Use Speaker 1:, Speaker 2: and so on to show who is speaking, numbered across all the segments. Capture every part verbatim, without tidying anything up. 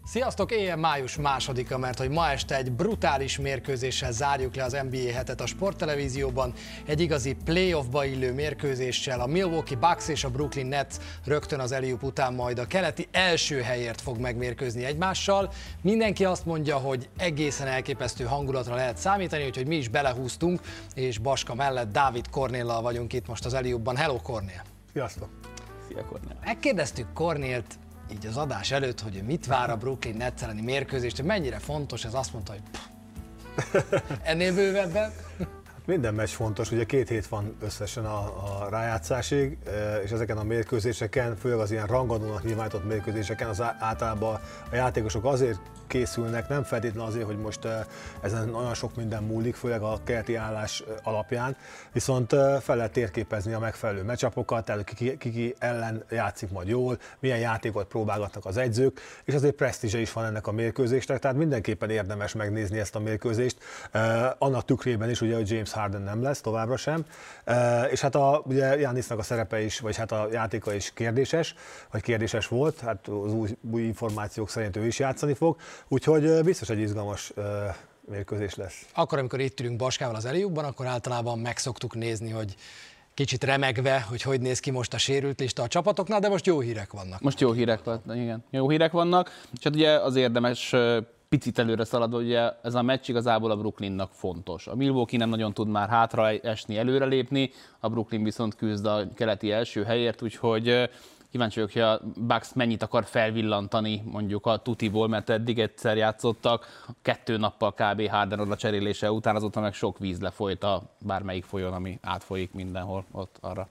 Speaker 1: Sziasztok! Éjjel május másodika, mert hogy ma este egy brutális mérkőzéssel zárjuk le az en bé á hetet a sporttelevízióban. Egy igazi playoffba illő mérkőzéssel a Milwaukee Bucks és a Brooklyn Nets rögtön az alley-oop után majd a keleti első helyért fog megmérkőzni egymással. Mindenki azt mondja, hogy egészen elképesztő hangulatra lehet számítani, úgyhogy mi is belehúztunk, és Baska mellett Dávid Kornéllal vagyunk itt most az alley-oopban. Hello Kornél!
Speaker 2: Sziasztok!
Speaker 3: Szia Kornél!
Speaker 1: Megkérdeztük Kornélt így az adás előtt, hogy mit vár a Brooklyn Nets elleni mérkőzést, hogy mennyire fontos, ez azt mondta, hogy ennél bővebben.
Speaker 2: Minden meccs fontos, ugye két hét van összesen a, a rájátszásig, és ezeken a mérkőzéseken, főleg az ilyen rangadónak nyilvánított mérkőzéseken az általában a játékosok azért készülnek, nem feltétlenül azért, hogy most ezen olyan sok minden múlik, főleg a keleti állás alapján, viszont fel lehet térképezni a megfelelő meccsapokat, tehát ki, ki, ki ellen játszik majd jól, milyen játékot próbálgatnak az edzők, és azért presztízse is van ennek a mérkőzésnek, tehát mindenképpen érdemes megnézni ezt a mérkőzést, annak tükrében is, ugye, hogy James Harden nem lesz továbbra sem, és hát a, ugye Giannisnak a szerepe is, vagy hát a játéka is kérdéses, vagy kérdéses volt, hát az új, új információk szerint ő is játszani fog, úgyhogy biztos egy izgalmas mérkőzés lesz.
Speaker 1: Akkor, amikor itt ülünk Baskával az alley-oopban, akkor általában meg szoktuk nézni, hogy kicsit remegve, hogy hogy néz ki most a sérült lista a csapatoknál, de most jó hírek vannak.
Speaker 3: Most jó hírek vannak, igen. Jó hírek vannak, és hát ugye az érdemes picit előre szaladva, ugye ez a meccs igazából a Brooklynnak fontos. A Milwaukee nem nagyon tud már hátra esni, előrelépni, a Brooklyn viszont küzd a keleti első helyért, úgyhogy kíváncsi vagyok, hogy a Bucks mennyit akar felvillantani mondjuk a tutiból, mert eddig egyszer játszottak, kettő nappal kb. Harden oda cserélése után, azóta meg sok víz lefolyt a bármelyik folyón, ami átfolyik mindenhol ott arra.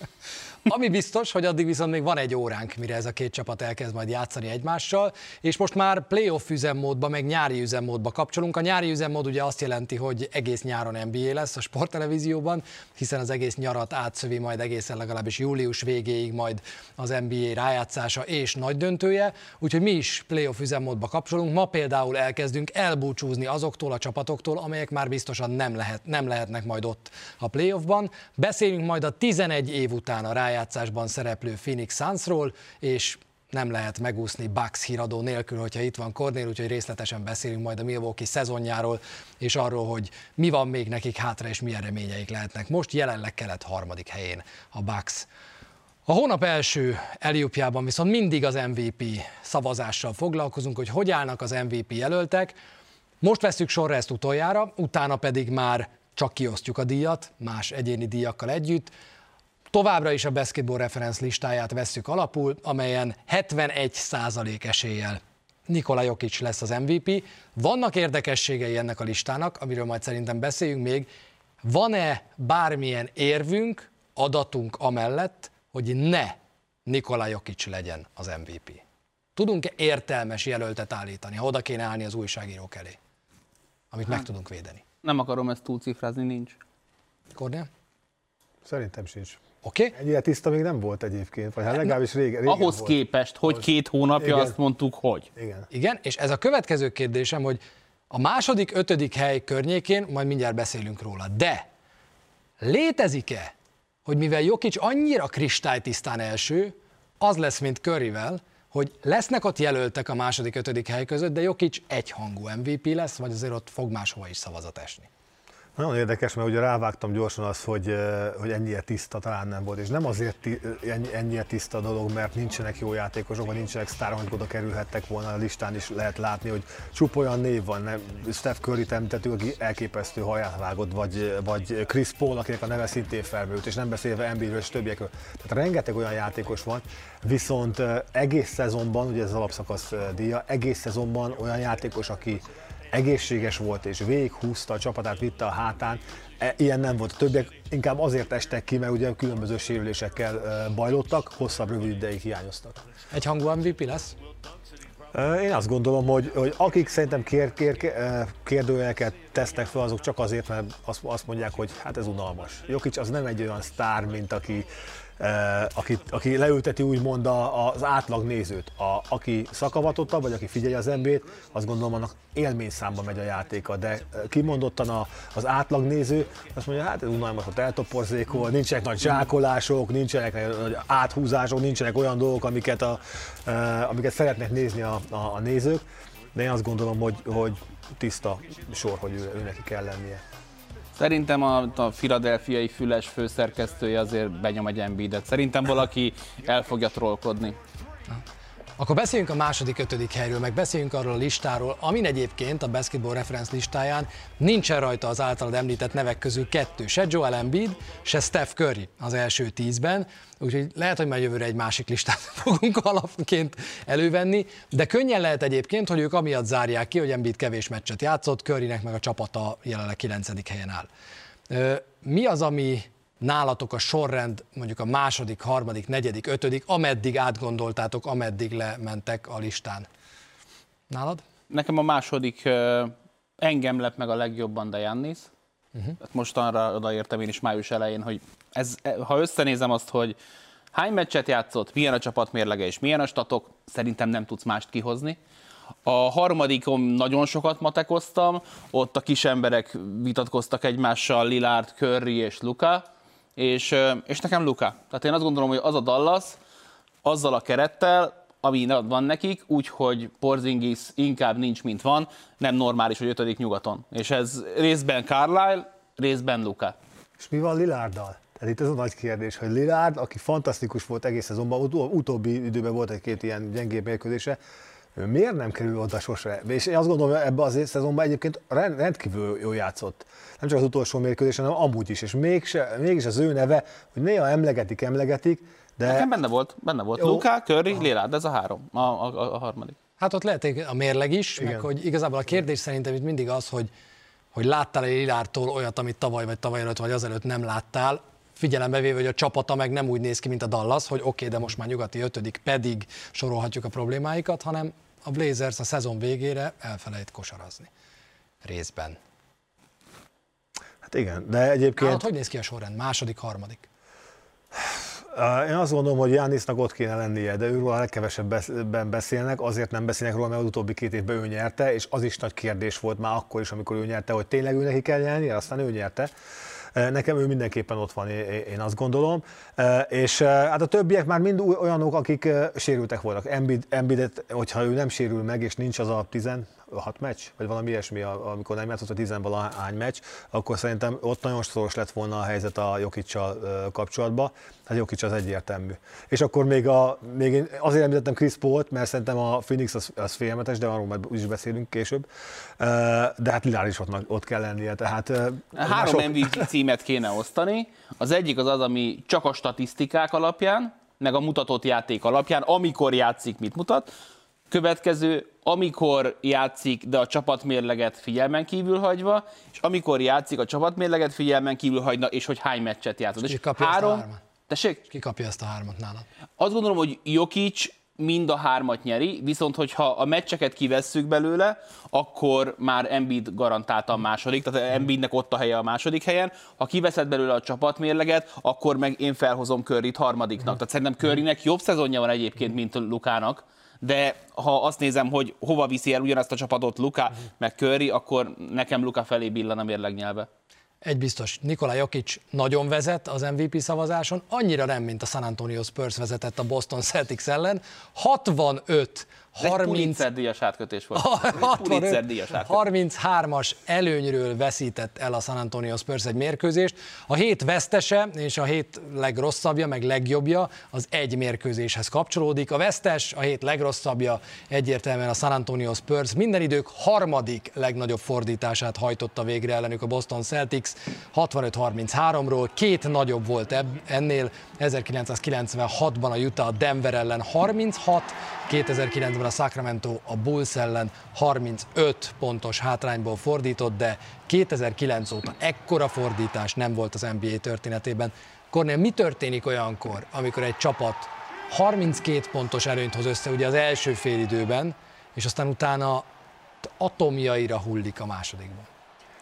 Speaker 1: Ami biztos, hogy addig viszont még van egy óránk, mire ez a két csapat elkezd majd játszani egymással, és most már playoff üzemmódba, meg nyári üzemmódba kapcsolunk. A nyári üzemmód ugye azt jelenti, hogy egész nyáron en bé á lesz a sporttelevízióban, hiszen az egész nyarat átszövi majd egészen legalábbis július végéig majd az en bé á rájátszása és nagy döntője, úgyhogy mi is playoff üzemmódba kapcsolunk. Ma például elkezdünk elbúcsúzni azoktól a csapatoktól, amelyek már biztosan nem, lehet, nem lehetnek majd ott a playoffban. Beszélünk majd a tizenegy év után a rájátszásban szereplő Phoenix Sunsról, és nem lehet megúszni Bucks híradó nélkül, hogyha itt van Kornél, úgyhogy részletesen beszélünk majd a Milwaukee szezonjáról, és arról, hogy mi van még nekik hátra, és milyen reményeik lehetnek. Most jelenleg kelet harmadik helyén a Bucks. A hónap első alley-oopjában viszont mindig az em vé pé szavazással foglalkozunk, hogy hogy állnak az em vé pé jelöltek. Most vesszük sorra ezt utoljára, utána pedig már csak kiosztjuk a díjat, más egyéni díjakkal együtt. Továbbra is a Basketball Reference listáját vesszük alapul, amelyen hetvenegy százalék eséllyel Nikola Jokic lesz az em vé pé. Vannak érdekességei ennek a listának, amiről majd szerintem beszéljünk még. Van-e bármilyen érvünk, adatunk amellett, hogy ne Nikola Jokic legyen az em vé pé? Tudunk-e értelmes jelöltet állítani, ha oda kéne állni az újságírók elé, amit hát meg tudunk védeni?
Speaker 3: Nem akarom ezt túlcifrázni, nincs.
Speaker 1: Kornél?
Speaker 2: Szerintem sincs.
Speaker 1: Oké? Okay.
Speaker 2: Ennyire tiszta még nem volt egyébként, vagy hát legalábbis régen, régen
Speaker 3: Ahhoz
Speaker 2: volt.
Speaker 3: képest, hogy
Speaker 2: Most...
Speaker 3: két hónapja
Speaker 2: Igen.
Speaker 3: azt mondtuk, hogy.
Speaker 2: Igen.
Speaker 1: Igen, és ez a következő kérdésem, hogy a második, ötödik hely környékén, majd mindjárt beszélünk róla, de létezik-e, hogy mivel Jokic annyira kristálytisztán első, az lesz, mint Curryvel, hogy lesznek ott jelöltek a második, ötödik hely között, de Jokic egyhangú em vé pé lesz, vagy azért ott fog máshova is szavazat esni?
Speaker 2: Nagyon érdekes, mert ugye rávágtam gyorsan azt, hogy, hogy ennyire tiszta talán nem volt, és nem azért ennyire tiszta a dolog, mert nincsenek jó játékosok, vagy nincsenek sztárok, hogy oda kerülhettek volna, a listán is lehet látni, hogy csupa olyan név van, nem? Steph Curryt említettük, aki elképesztő haját vágott, vagy, vagy Chris Paul, akinek a neve szintén felmerült, és nem beszélve en bé á-ről és többiekről. Tehát rengeteg olyan játékos van, viszont egész szezonban, ugye ez az alapszakasz díja, egész szezonban olyan játékos, aki egészséges volt és végighúzta a csapatát, vitte a hátán, ilyen nem volt. A többiek inkább azért estek ki, mert ugye különböző sérülésekkel bajlottak, hosszabb, rövid ideig hiányoztak.
Speaker 1: Egyhangú em vé pé lesz?
Speaker 2: Én azt gondolom, hogy, hogy akik szerintem kér, kér, kérdőjeleket tesznek fel, azok csak azért, mert azt, azt mondják, hogy hát ez unalmas. Jokic az nem egy olyan sztár, mint aki aki, aki leülteti úgymond az átlag nézőt. A, aki szakavatottabb, vagy aki figyelje az en bé á-t, azt gondolom, annak élményszámba megy a játéka, de kimondottan a, az átlag néző azt mondja, hát ez unalmas, hogy eltoporzékol, nincsenek nagy zsákolások, nincsenek nagy áthúzások, nincsenek olyan dolgok, amiket, a, amiket szeretnek nézni a, a, a nézők, de én azt gondolom, hogy, hogy tiszta sor, hogy ő, ő neki kell lennie.
Speaker 3: Szerintem a, a philadelphiai füles főszerkesztője azért benyom egy Embiidet. Szerintem valaki el fogja trollkodni.
Speaker 1: Akkor beszéljünk a második, ötödik helyről, meg beszéljünk arról a listáról, amin egyébként a Basketball Reference listáján nincsen rajta az általad említett nevek közül kettő, se Joel Embiid, se Steph Curry az első tízben, úgyhogy lehet, hogy majd jövőre egy másik listát fogunk alapként elővenni, de könnyen lehet egyébként, hogy ők amiatt zárják ki, hogy Embiid kevés meccset játszott, Currynek meg a csapata jelenleg kilencedik helyen áll. Mi az, ami nálatok a sorrend, mondjuk a második, harmadik, negyedik, ötödik, ameddig átgondoltátok, ameddig lementek a listán? Nálad?
Speaker 3: Nekem a második engem lep meg a legjobban de Giannis. Uh-huh. Mostanra odaértem én is május elején, hogy ez, ha összenézem azt, hogy hány meccset játszott, milyen a csapat mérlege és milyen a statok, szerintem nem tudsz mást kihozni. A harmadikon nagyon sokat matekoztam, ott a kis emberek vitatkoztak egymással, Lillard, Curry és Luka, és, és nekem Luka. Tehát én azt gondolom, hogy az a Dallas, azzal a kerettel, ami van nekik, úgyhogy Porzingis inkább nincs, mint van, nem normális, hogy ötödik nyugaton. És ez részben Carlisle, részben Luka.
Speaker 2: És mi van Lillarddal? Tehát itt ez a nagy kérdés, hogy Lillard, aki fantasztikus volt egész szezonban, utó, utóbbi időben volt egy-két ilyen gyengébb mérkőzése, ő miért nem kerül oda sose? És én azt gondolom, hogy ebben az szezonban egyébként rendkívül jól játszott. Nem csak az utolsó mérkőzésen, hanem amúgy is. És mégse, mégis az ő neve, hogy néha emlegetik, emlegetik, de...
Speaker 3: Nekem benne volt, benne volt. Jó. Luka, Curry, Lillard, ez a három, a, a, a harmadik.
Speaker 1: Hát ott lehet a mérleg is, igen. Meg hogy igazából a kérdés szerintem itt mindig az, hogy, hogy láttál-e Lillardtól olyat, amit tavaly vagy tavaly előtt vagy azelőtt nem láttál, figyelembe véve, hogy a csapata meg nem úgy néz ki, mint a Dallas, hogy oké, okay, de most már nyugati ötödik, pedig sorolhatjuk a problémáikat, hanem a Blazers a szezon végére elfelejt kosarazni. Részben.
Speaker 2: Hát igen, de egyébként...
Speaker 1: Nálad hogy néz ki a sorrend? Második, harmadik?
Speaker 2: Én azt gondolom, hogy Giannisnak ott kéne lennie, de őről a legkevesebben beszélnek, azért nem beszélnek róla, mert az utóbbi két évben ő nyerte, és az is nagy kérdés volt már akkor is, amikor ő nyerte, hogy tényleg ő neki kell nyerni, aztán ő nyerte. Nekem ő mindenképpen ott van, én azt gondolom. És hát a többiek már mind olyanok, akik sérültek voltak. Embiid, Embiidet, hogyha ő nem sérül meg, és nincs az a tizenhat meccs, vagy valami ilyesmi, amikor nem játszott a tizenvalahány meccs, akkor szerintem ott nagyon szoros lett volna a helyzet a Jokic-sal kapcsolatban. Hát Jokic az egyértelmű. És akkor még, a, még én azért említettem Chris Paul-t, mert szerintem a Phoenix az, az félelmetes, de arról majd úgyis beszélünk később. De hát Lillard is ott, ott kell lennie. Tehát,
Speaker 3: Három sok... em vé pé címet kéne osztani. Az egyik az az, ami csak a statisztikák alapján, meg a mutatott játék alapján, amikor játszik, mit mutat. Következő, amikor játszik, de a csapatmérleget figyelmen kívül hagyva, és amikor játszik, a csapatmérleget figyelmen kívül hagyna, és hogy hány meccset játszott.
Speaker 1: És, és három...
Speaker 3: Tessék?
Speaker 1: Ki kapja ezt a hármat nálad?
Speaker 3: Azt gondolom, hogy Jokic mind a hármat nyeri, viszont hogyha a meccseket kivesszük belőle, akkor már Embiid garantáltan második, tehát Embiidnek ott a helye a második helyen. Ha kiveszed belőle a csapatmérleget, akkor meg én felhozom Curryt harmadiknak. Tehát szerintem Currynek jobb szezonja van egyébként, mint Lukának, de ha azt nézem, hogy hova viszi el ugyanazt a csapatot Luka, meg Curry, akkor nekem Luka felé billen a mérlegnyelve.
Speaker 1: Egy biztos, Nikola Jokic nagyon vezet az em vé pé szavazáson, annyira nem, mint a San Antonio Spurs vezetett a Boston Celtics ellen. hatvanöt harminc
Speaker 3: Pulitzer díjas átkötés volt. Pulitzer díjas átkötés.
Speaker 1: harminchármas előnyről veszített el a San Antonio Spurs egy mérkőzést. A hét vesztese és a hét legrosszabbja, meg legjobbja az egy mérkőzéshez kapcsolódik. A vesztes, a hét legrosszabbja egyértelműen a San Antonio Spurs. Minden idők harmadik legnagyobb fordítását hajtotta végre ellenük a Boston Celtics hatvanöt harmincháromról. Két nagyobb volt ennél. ezerkilencszázkilencvenhatban a Utah a Denver ellen harminchat, kétezer-kilencben a Sacramento a Bulls ellen harmincöt pontos hátrányból fordított, de kétezer-kilenc óta ekkora fordítás nem volt az en bé á történetében. Kornél, mi történik olyankor, amikor egy csapat harminckét pontos előnyt hoz össze ugye az első félidőben, és aztán utána atomjaira hullik a másodikban?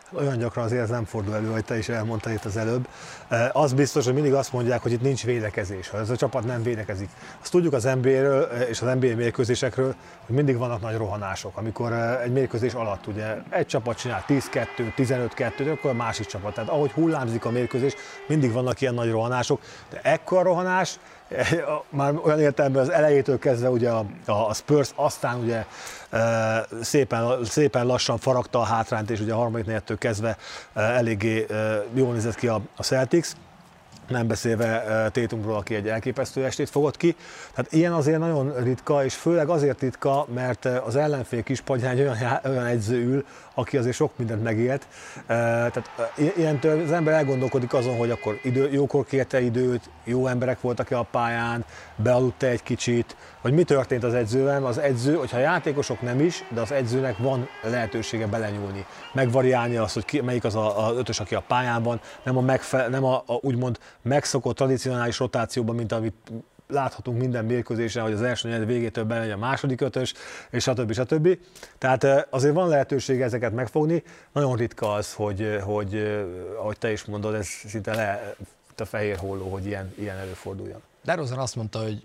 Speaker 2: Olyan gyakran azért ez nem fordul elő, hogy te is elmondtad itt az előbb. Az biztos, hogy mindig azt mondják, hogy itt nincs védekezés, ha ez a csapat nem védekezik. Azt tudjuk az en bé á-ről és az en bé á mérkőzésekről, hogy mindig vannak nagy rohanások. Amikor egy mérkőzés alatt ugye egy csapat csinál tíz kettő, tizenöt kettő, akkor a másik csapat. Tehát ahogy hullámzik a mérkőzés, mindig vannak ilyen nagy rohanások, de ekkora rohanás, már olyan értelemben az elejétől kezdve ugye a, a Spurs aztán ugye e, szépen, szépen lassan faragta a hátrányt, és ugye a harmadik negyedtől kezdve e, eléggé e, jól nézett ki a, a Celtics, nem beszélve Tatumról, aki egy elképesztő estét fogott ki. Tehát ilyen azért nagyon ritka, és főleg azért ritka, mert az ellenfél kispadján olyan, olyan edző ül, aki azért sok mindent megélt. Tehát ilyentől az ember elgondolkodik azon, hogy akkor idő, jókor kérte időt, jó emberek voltak-e a pályán, bealudt-e egy kicsit, vagy mi történt az edzővel. Az edző, hogyha a játékosok nem is, de az edzőnek van lehetősége belenyúlni, megvariálni azt, hogy ki, melyik az a, a ötös, aki a pályán van, nem a, megfe, nem a, a úgymond megszokott tradicionális rotációban, mint amit láthatunk minden mérkőzésen, hogy az első negyed végétől bemegy a második ötös, és stb. stb. Tehát azért van lehetőség ezeket megfogni. Nagyon ritka az, hogy, hogy ahogy te is mondod, ez szinte le a fehér holló, hogy ilyen, ilyen előforduljon.
Speaker 1: DeRozan azt mondta, hogy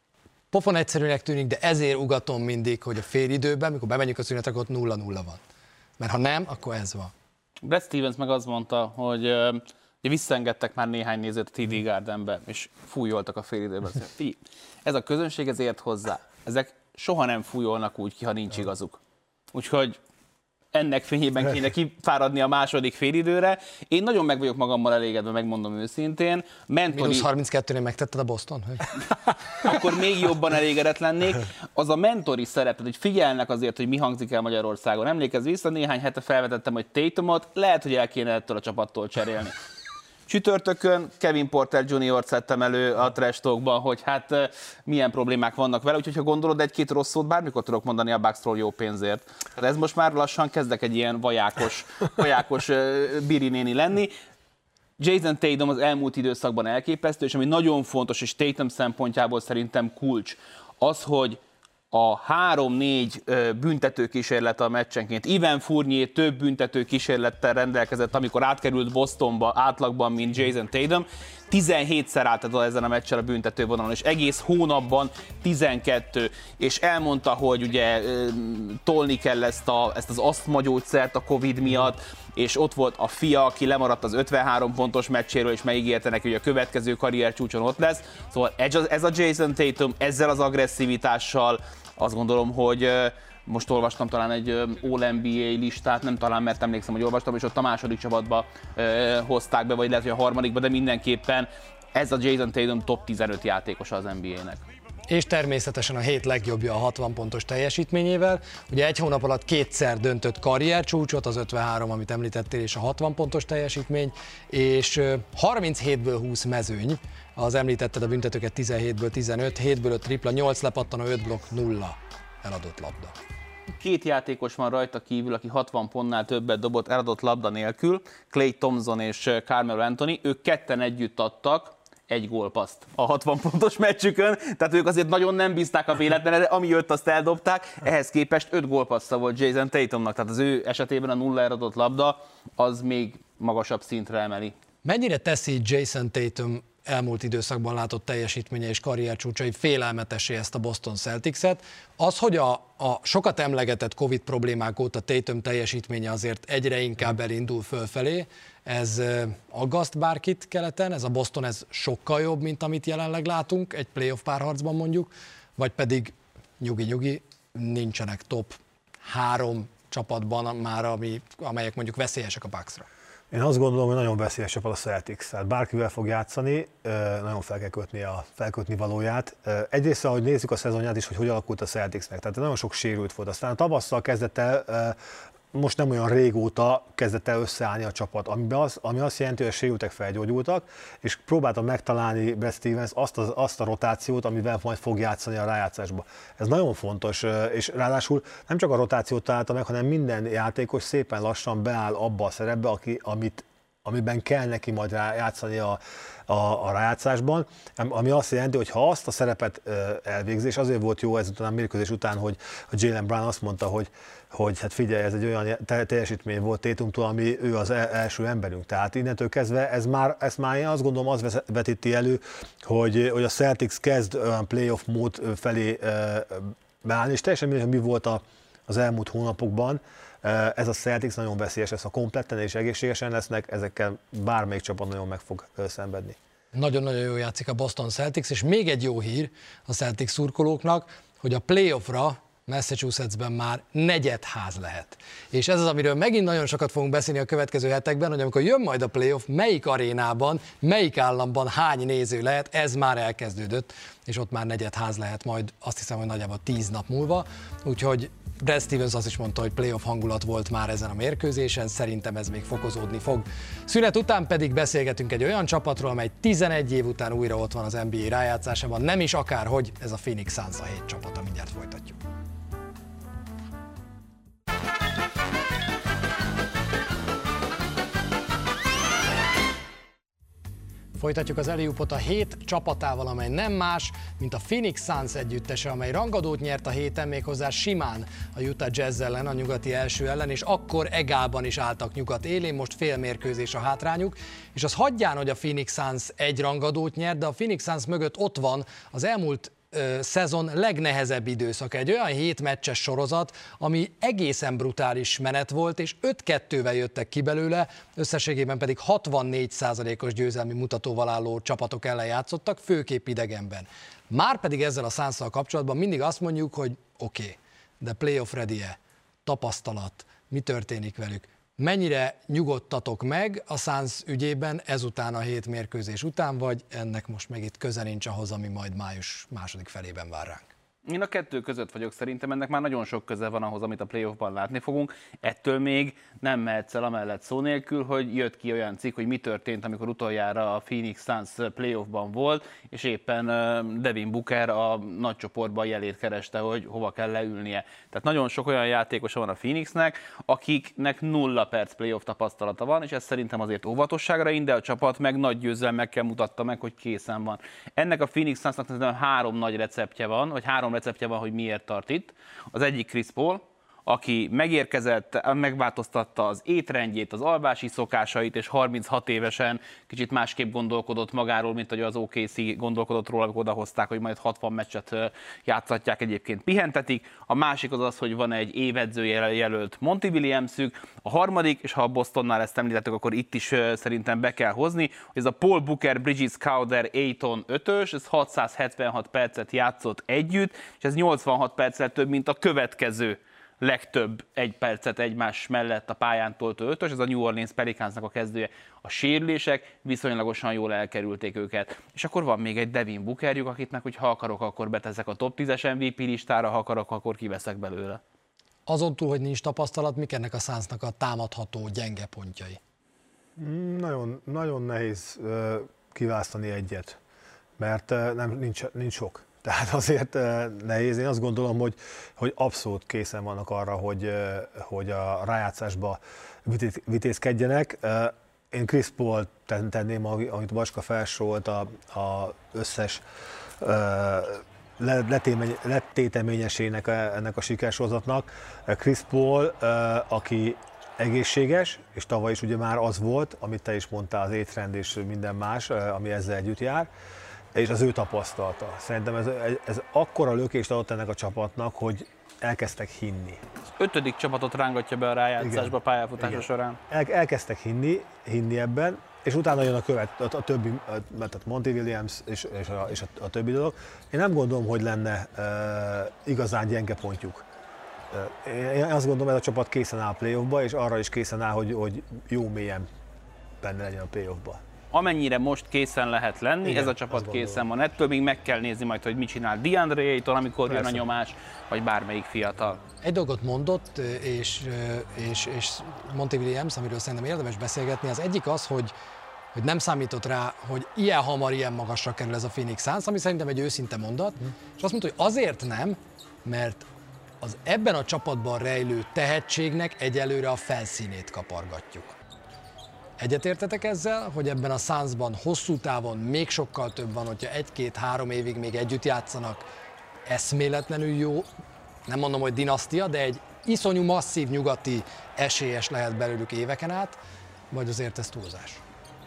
Speaker 1: pofon egyszerűnek tűnik, de ezért ugatom mindig, hogy a félidőben, mikor bemegyünk a szünetre, ott nulla nulla van. Mert ha nem, akkor ez van.
Speaker 3: Brad Stevens meg azt mondta, hogy ugye visszaengedtek már néhány nézőt a té dé Gardenbe, és fújoltak a félidőben. Ez a közönség ezért hozzá. Ezek soha nem fújolnak úgy ki, ha nincs igazuk. Úgyhogy ennek fényében kéne kifáradni a második félidőre. Én nagyon meg vagyok magammal elégedve, megmondom őszintén. Mentori...
Speaker 1: mínusz harminckettőnél megtetted a Boston? Hogy...
Speaker 3: Akkor még jobban elégedett lennék. Az a mentori szerep, hogy figyelnek azért, hogy mi hangzik el Magyarországon. Emlékezz vissza, néhány hete felvetettem, hogy Tatumot lehet, hogy el kéne ettől a csapattól cserélni. Csütörtökön Kevin Porter juniort szedtem elő a Trash Talkban, hogy hát milyen problémák vannak vele, úgyhogy ha gondolod, egy-két rossz szót bármikor tudok mondani a Bucksról jó pénzért. Tehát ez most már lassan kezdek egy ilyen vajákos, vajákos biri néni lenni. Jason Tatum az elmúlt időszakban elképesztő, és ami nagyon fontos, és Tatum szempontjából szerintem kulcs, az, hogy a három-négy büntetőkísérlet a meccsenként. Ivan Fournier több büntetőkísérlettel rendelkezett, amikor átkerült Bostonba átlagban, mint Jason Tatum. tizenhétszer állt ezen a meccsen a büntetővonalon, és egész hónapban tizenkettő. És elmondta, hogy ugye tolni kell ezt, a, ezt az asztmagyógyszert a Covid miatt, és ott volt a fia, aki lemaradt az ötvenhárom pontos meccséről, és megígérte neki, hogy a következő karriercsúcson ott lesz. Szóval ez a Jason Tatum ezzel az agresszivitással, azt gondolom, hogy most olvastam talán egy All-en bé á listát, nem talán, mert emlékszem, hogy olvastam, és ott a második csapatba hozták be, vagy lehet, hogy a harmadikba, de mindenképpen ez a Jason Tatum top tizenöt játékosa az en bé á-nek.
Speaker 1: És természetesen a hét legjobbja a hatvan pontos teljesítményével. Ugye egy hónap alatt kétszer döntött karriercsúcsot, az ötvenhárom, amit említettél, és a hatvan pontos teljesítmény, és harminchétből húsz mezőny, az említetted a büntetőket tizenhétből tizenöt, hétből öt tripla, nyolc lepattanó, öt blokk, nulla eladott labda.
Speaker 3: Két játékos van rajta kívül, aki hatvan pontnál többet dobott eladott labda nélkül, Klay Thompson és Carmelo Anthony, ők ketten együtt adtak egy gólpaszt a hatvan pontos meccsükön, tehát ők azért nagyon nem bízták a véletlenre, ami jött, azt eldobták, ehhez képest öt gólpassza volt Jason Tatumnak, tehát az ő esetében a nulla eladott labda az még magasabb szintre emeli.
Speaker 1: Mennyire teszi Jason Tatum elmúlt időszakban látott teljesítménye és karriercsúcsai félelmetessé ezt a Boston Celtics-et? Az, hogy a, a sokat emlegetett Covid problémák óta Tatum teljesítménye azért egyre inkább elindul fölfelé, ez aggaszt bárkit keleten? Ez a Boston ez sokkal jobb, mint amit jelenleg látunk egy playoff párharcban mondjuk, vagy pedig nyugi-nyugi, nincsenek top három csapatban már, ami, amelyek mondjuk veszélyesek a Bucksra?
Speaker 2: Én azt gondolom, hogy nagyon veszélyes csapat a Celtics, tehát bárkivel fog játszani, nagyon fel kell kötni a felkötni valóját. Egyrészt, ahogy nézzük a szezonját is, hogy hogy alakult a Celticsnek, tehát nagyon sok sérült volt. Aztán a tavasszal kezdett el, most nem olyan régóta kezdett el összeállni a csapat, ami, az, ami azt jelenti, hogy a sérültek felgyógyultak, és próbáltam megtalálni Brad Stevens azt, az, azt a rotációt, amivel majd fog játszani a rájátszásba. Ez nagyon fontos, és ráadásul nem csak a rotációt találta meg, hanem minden játékos szépen lassan beáll abba a szerepbe, aki, amit amiben kell neki majd játszani a, a, a rájátszásban, ami azt jelenti, hogy ha azt a szerepet elvégzi, és azért volt jó ezután a mérkőzés után, hogy a Jaylen Brown azt mondta, hogy, hogy hát figyelj, ez egy olyan teljesítmény volt Tatumtól, ami ő az első emberünk. Tehát innentől kezdve ez már, ez már én azt gondolom, az vetíti elő, hogy, hogy a Celtics kezd olyan playoff mód felé beállni, és teljesen mindegy, mi volt a, az elmúlt hónapokban. Ez a Celtics nagyon veszélyes lesz, ha kompletten és egészségesen lesznek, ezekkel bármelyik csapat nagyon meg fog szenvedni.
Speaker 1: Nagyon-nagyon jól játszik a Boston Celtics, és még egy jó hír a Celtics szurkolóknak, hogy a playoffra Massachusettsben már negyedház lehet. És ez az, amiről megint nagyon sokat fogunk beszélni a következő hetekben, hogy amikor jön majd a playoff, melyik arénában, melyik államban hány néző lehet, ez már elkezdődött, és ott már negyedház lehet majd, azt hiszem, hogy nagyjából tíz nap múlva, úgyhogy Brad Stevens azt is mondta, hogy playoff hangulat volt már ezen a mérkőzésen, szerintem ez még fokozódni fog. Szünet után pedig beszélgetünk egy olyan csapatról, amely tizenegy év után újra ott van az en bé á rájátszásában, nem is akárhogy, ez a Phoenix Suns a hét csapata, mindjárt folytatjuk. Folytatjuk az Alley-oopot a hét csapatával, amely nem más, mint a Phoenix Suns együttese, amely rangadót nyert a héten, méghozzá simán a Utah Jazz ellen, a nyugati első ellen, és akkor egálban is álltak nyugat élén, most fél mérkőzés a hátrányuk, és az hagyján, hogy a Phoenix Suns egy rangadót nyert, de a Phoenix Suns mögött ott van az elmúlt szezon legnehezebb időszaka. Egy olyan hét meccses sorozat, ami egészen brutális menet volt, és öt kettővel jöttek ki belőle, összességében pedig hatvannégy százalékos győzelmi mutatóval álló csapatok ellen játszottak, főképp idegenben. Márpedig ezzel a Sunsszal kapcsolatban mindig azt mondjuk, hogy oké, okay, de playoff ready-e, tapasztalat, mi történik velük? Mennyire nyugodtatok meg a Suns ügyében ezután a hét mérkőzés után, vagy ennek most meg itt köze nincs ahhoz, ami majd május második felében vár ránk?
Speaker 3: Én a kettő között vagyok, szerintem ennek már nagyon sok köze van ahhoz, amit a playoffban látni fogunk. Ettől még nem mehetsz el amellett szó nélkül, hogy jött ki olyan cikk, hogy mi történt, amikor utoljára a Phoenix Suns playoffban volt, és éppen Devin Booker a nagy csoportban jelét kereste, hogy hova kell leülnie. Tehát nagyon sok olyan játékosa van a Phoenixnek, akiknek nulla perc playoff tapasztalata van, és ez szerintem azért óvatosságra ind, de a csapat meg nagy győzelmekkel mutatta meg, hogy készen van. Ennek a Phoenix Sunsnak három nagy receptje van, vagy három receptje van, hogy miért tart itt. Az egyik Chris Paul, aki megérkezett, megváltoztatta az étrendjét, az alvási szokásait, és harminchat évesen kicsit másképp gondolkodott magáról, mint hogy az o ká cé gondolkodott róla, amikor odahozták, hogy majd hatvan meccset játszatják, egyébként pihentetik. A másik az az, hogy van egy évedző jelölt Monty Williamsük. A harmadik, és ha a Bostonnál ezt említettük, akkor itt is szerintem be kell hozni, hogy ez a Paul Booker, Bridges, Crowder, Ayton ötös, ez hatszázhetvenhat percet játszott együtt, és ez nyolcvanhat perccel több, mint a következő legtöbb egy percet egymás mellett a pályán toltó ötös, ez a New Orleans Pelicansnak a kezdője. A sérülések viszonylagosan jól elkerülték őket. És akkor van még egy Devin Bookerjük, akit meg, hogy ha akarok, akkor beteszek a top tízes em vé pé listára, ha akarok, akkor kiveszek belőle.
Speaker 1: Azon túl, hogy nincs tapasztalat, mik ennek a Sunsnak a támadható gyenge pontjai?
Speaker 2: Nagyon, nagyon nehéz kiválasztani egyet, mert nem, nincs, nincs sok. Tehát azért nehéz. Én azt gondolom, hogy, hogy abszolút készen vannak arra, hogy, hogy a rájátszásba vitézkedjenek. Én Chris Paul tenném, amit Baska felsorolt, a, a összes letéteményesének ennek a sikersorozatnak. Chris Paul, aki egészséges, és tavaly is ugye már az volt, amit te is mondtál, az étrend és minden más, ami ezzel együtt jár, és az ő tapasztalata. Szerintem ez, ez akkora lökést adott ennek a csapatnak, hogy elkezdtek hinni.
Speaker 3: Az ötödik csapatot rángatja be a rájátszásba pályafutása során. El,
Speaker 2: elkezdtek hinni, hinni ebben, és utána jön a, követ, a, a többi, tehát Monty Williams és, és, a, és a, a többi dolog. Én nem gondolom, hogy lenne uh, igazán gyenge pontjuk. Uh, én azt gondolom, hogy ez a csapat készen áll a playoffba, és arra is készen áll, hogy, hogy jó mélyen benne legyen a playoffba.
Speaker 3: Amennyire most készen lehet lenni, igen, ez a csapat készen van. Ettől még meg kell nézni majd, hogy mit csinál DeAndre Ayton, amikor Persze. jön a nyomás, vagy bármelyik fiatal.
Speaker 1: Egy dolgot mondott, és, és, és Monty Williams, amiről szerintem érdemes beszélgetni, az egyik az, hogy, hogy nem számított rá, hogy ilyen hamar, ilyen magasra kerül ez a Phoenix Suns, ami szerintem egy őszinte mondat, mm. és azt mondta, hogy azért nem, mert az ebben a csapatban rejlő tehetségnek egyelőre a felszínét kapargatjuk. Egyetértetek ezzel, hogy ebben a Sunsban hosszú távon még sokkal több van, hogyha egy-két-három évig még együtt játszanak, eszméletlenül jó, nem mondom, hogy dinasztia, de egy iszonyú masszív nyugati esélyes lehet belőlük éveken át, vagy azért ez túlzás?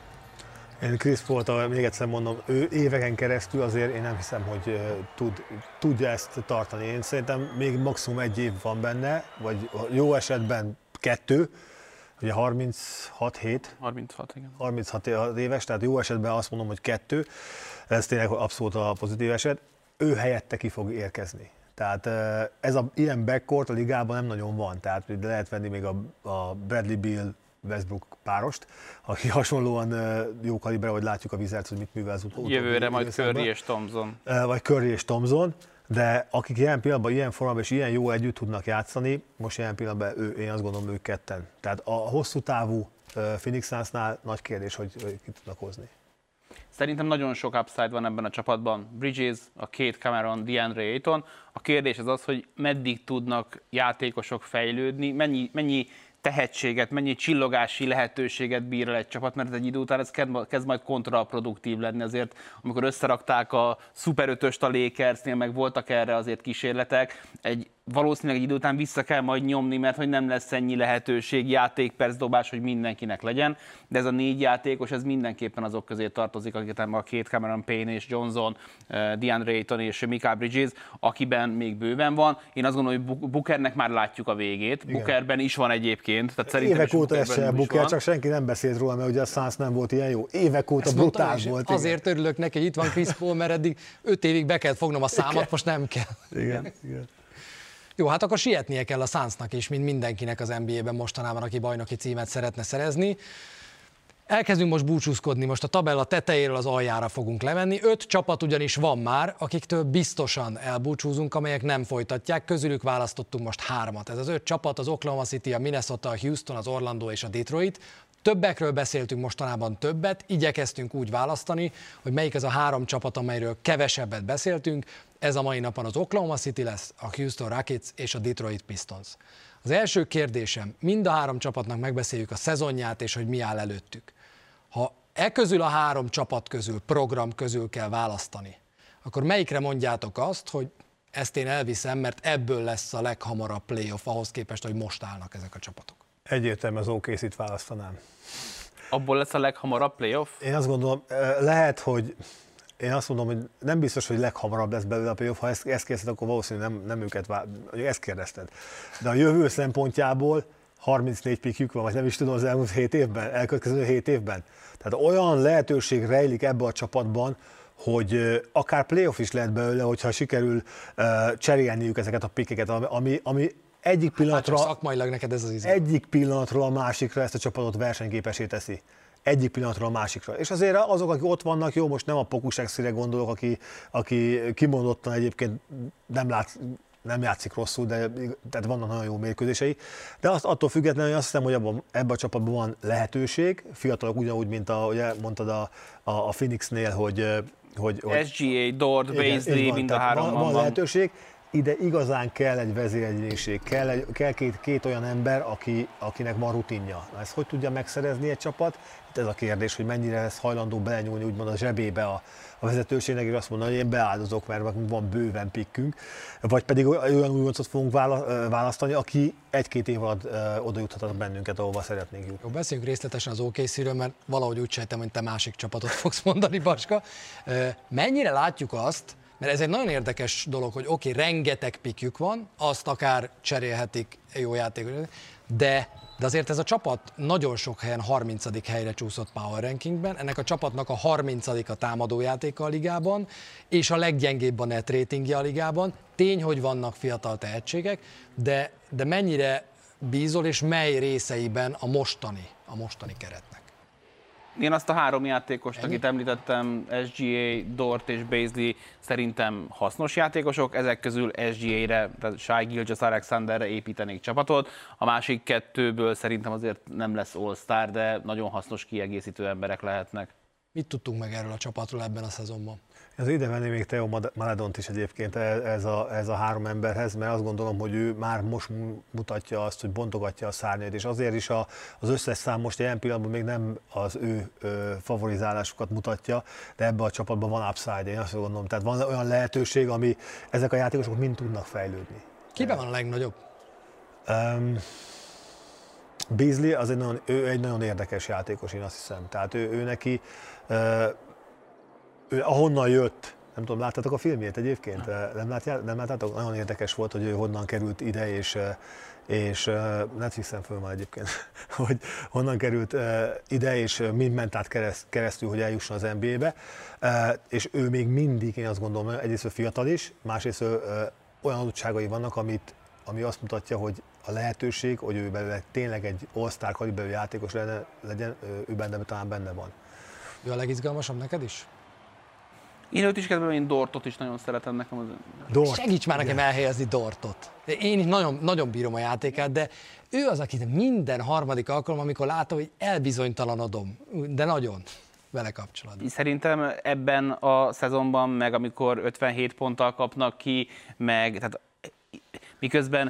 Speaker 2: Én Chris Paul-t, még egyszer mondom, ő éveken keresztül azért én nem hiszem, hogy tud, tudja ezt tartani. Én szerintem még maximum egy év van benne, vagy jó esetben kettő, ugye harminchat hét.
Speaker 3: harminchat, igen.
Speaker 2: harminchat éves, tehát jó esetben azt mondom, hogy kettő. Ez tényleg abszolút a pozitív eset. Ő helyette ki fog érkezni. Tehát ez a ilyen backcourt a ligában nem nagyon van, tehát lehet venni még a, a Bradley Beal Westbrook párost, aki hasonlóan jó kalibre, hogy látjuk a Wizards, hogy mit művel az utolsó.
Speaker 3: Jövőre majd Curry és Thompson.
Speaker 2: Vagy Curry és Thompson, de akik ilyen pillanatban, ilyen formában és ilyen jó együtt tudnak játszani, most ilyen pillanatban ő, én azt gondolom ők ketten. Tehát a hosszú távú Phoenix Sunsnál nagy kérdés, hogy, hogy ki tudnak hozni.
Speaker 3: Szerintem nagyon sok upside van ebben a csapatban. Bridges, a Kate Cameron, DeAndre Ayton. A kérdés az az, hogy meddig tudnak játékosok fejlődni, mennyi, mennyi tehetséget, mennyi csillogási lehetőséget bír el egy csapat, mert egy idő után ez kezd majd kontraproduktív lenni. Azért, amikor összerakták a Super ötöst a Lakersnél, meg voltak erre azért kísérletek, egy valószínűleg egy idő után vissza kell majd nyomni, mert hogy nem lesz ennyi lehetőség, játékpercdobás, hogy mindenkinek legyen, de ez a négy játékos, ez mindenképpen azok közé tartozik, akiket a két Cameron Payne és Johnson, DeAndre Ayton és Mikal Bridges, akiben még bőven van. Én azt gondolom, hogy Bookernek már látjuk a végét. Igen. Bookerben is van egyébként. Tehát szerintem
Speaker 2: évek óta esel Booker, csak senki nem beszélt róla, mert ugye a Suns nem volt ilyen jó. Évek óta brutál volt.
Speaker 1: Azért igen. Örülök neki, hogy itt van Chris Paul, mert eddig öt évig be kellett fognom a számot, igen. Most nem kell.
Speaker 2: Igen, igen.
Speaker 1: Jó, hát akkor sietnie kell a Sunsnak is, mint mindenkinek az en bé á-ben mostanában, aki bajnoki címet szeretne szerezni. Elkezdünk most búcsúzkodni, most a tabella tetejéről az aljára fogunk lemenni. Öt csapat ugyanis van már, akiktől biztosan elbúcsúzunk, amelyek nem folytatják. Közülük választottunk most hármat. Ez az öt csapat, az Oklahoma City, a Minnesota, a Houston, az Orlando és a Detroit. Többekről beszéltünk mostanában többet, igyekeztünk úgy választani, hogy melyik az a három csapat, amelyről kevesebbet beszéltünk. Ez a mai napon az Oklahoma City lesz, a Houston Rockets és a Detroit Pistons. Az első kérdésem, mind a három csapatnak megbeszéljük a szezonját és hogy mi áll előttük. Ha e közül a három csapat közül, program közül kell választani, akkor melyikre mondjátok azt, hogy ezt én elviszem, mert ebből lesz a leghamarabb playoff ahhoz képest, hogy most állnak ezek a csapatok?
Speaker 2: Egyértelműen az o ká cé-t választanám.
Speaker 3: Abból lesz a leghamarabb playoff?
Speaker 2: Én azt gondolom, lehet, hogy én azt mondom, hogy nem biztos, hogy leghamarabb lesz belőle a playoff. Ha ezt, ezt kérdezted, akkor valószínűleg nem, nem őket vá... ezt kérdezted. De a jövő szempontjából harmincnégy pikjük van, vagy nem is tudom, az elmúlt hét évben, elkövetkező hét évben. Tehát olyan lehetőség rejlik ebbe a csapatban, hogy akár playoff is lehet belőle, hogyha sikerül uh, cserélniük ezeket a pikeket, ami, ami egyik pillanatra,
Speaker 1: hát szakmailag neked ez az izé.
Speaker 2: Egyik pillanatról a másikra ezt a csapatot versenyképessé teszi. Egyik pillanatról a másikra. És azért azok, akik ott vannak, jó, most nem a Pokusexire gondolok, aki, aki kimondottan egyébként nem, lát, nem játszik rosszul, de tehát vannak nagyon jó mérkőzései. De azt, attól függetlenül azt hiszem, hogy abban, ebben a csapatban van lehetőség. Fiatalok ugyanúgy, mint a, ugye mondtad a, a, a Phoenixnél, hogy, hogy, hogy
Speaker 3: es gé á, Dort, Bazley, mind a három
Speaker 2: van, van. Van lehetőség. Ide igazán kell egy vezéregyénység, kell, egy, kell két, két olyan ember, aki, akinek van rutinja. Ezt hogy tudja megszerezni egy csapat? Itt ez a kérdés, hogy mennyire lesz hajlandó belenyúlni úgymond a zsebébe a, a vezetőségnek, és azt mondani, hogy én beáldozok, mert van bőven pikkünk. Vagy pedig olyan újoncot fogunk választani, aki egy-két év alatt oda juthat bennünket, ahova szeretnénk jutni.
Speaker 1: Jó, beszéljünk részletesen az o ká cé-ről, mert valahogy úgy sejtem, hogy te másik csapatot fogsz mondani, Baska. Mennyire látjuk azt, mert ez egy nagyon érdekes dolog, hogy oké, okay, rengeteg pikjük van, azt akár cserélhetik jó játékos, de, de azért ez a csapat nagyon sok helyen harmincadik helyre csúszott power rankingben, ennek a csapatnak a harmincadik a támadójátéka a ligában, és a leggyengébb a net ratingje a ligában. Tény, hogy vannak fiatal tehetségek, de, de mennyire bízol, és mely részeiben a mostani, a mostani keretnek?
Speaker 3: Én azt a három játékost,
Speaker 1: Ennyi?
Speaker 3: akit említettem, es gé á, Dort és Bazley, szerintem hasznos játékosok. Ezek közül es gé á-re, tehát Shai Gilgeous-Alexanderre építenék csapatot. A másik kettőből szerintem azért nem lesz all-star, de nagyon hasznos kiegészítő emberek lehetnek.
Speaker 1: Mit tudtunk meg erről a csapatról ebben a szezonban?
Speaker 2: Az ide venni még Theo Maledont is egyébként ez a, ez a három emberhez, mert azt gondolom, hogy ő már most mutatja azt, hogy bontogatja a szárnyait, és azért is a, az összes szám most ilyen pillanatban még nem az ő ö, favorizálásukat mutatja, de ebben a csapatban van upside, én azt gondolom. Tehát van olyan lehetőség, ami ezek a játékosok mind tudnak fejlődni.
Speaker 1: Kiben van a legnagyobb?
Speaker 2: Um, Beasley az egy nagyon, ő egy nagyon érdekes játékos, én azt hiszem. Tehát ő, ő neki, uh, ő ahonnan jött, nem tudom, láttátok a filmjét egyébként? Nem, látjá, nem láttátok? Nagyon érdekes volt, hogy ő honnan került ide, és, és Netflixen föl van egyébként, hogy honnan került ide, és mind ment át keresztül, hogy eljusson az en bé á-be. És ő még mindig, én azt gondolom, egyrészt fiatal is, másrészt olyan adottságai vannak, amit, ami azt mutatja, hogy a lehetőség, hogy ő belőle tényleg egy all-star kaliberű játékos legyen, legyen, ő benne talán benne van.
Speaker 1: Ő a legizgalmasabb neked is?
Speaker 3: Én őt is kedvelem, én Dortot is nagyon szeretem nekem. Az...
Speaker 2: Dort.
Speaker 1: Segíts már nekem elhelyezni Dortot. Én nagyon, nagyon bírom a játékát, de ő az, akit minden harmadik alkalom, amikor látom, hogy elbizonytalanodom, de nagyon vele kapcsolatban.
Speaker 3: Szerintem ebben a szezonban, meg amikor ötvenhét ponttal kapnak ki, meg tehát miközben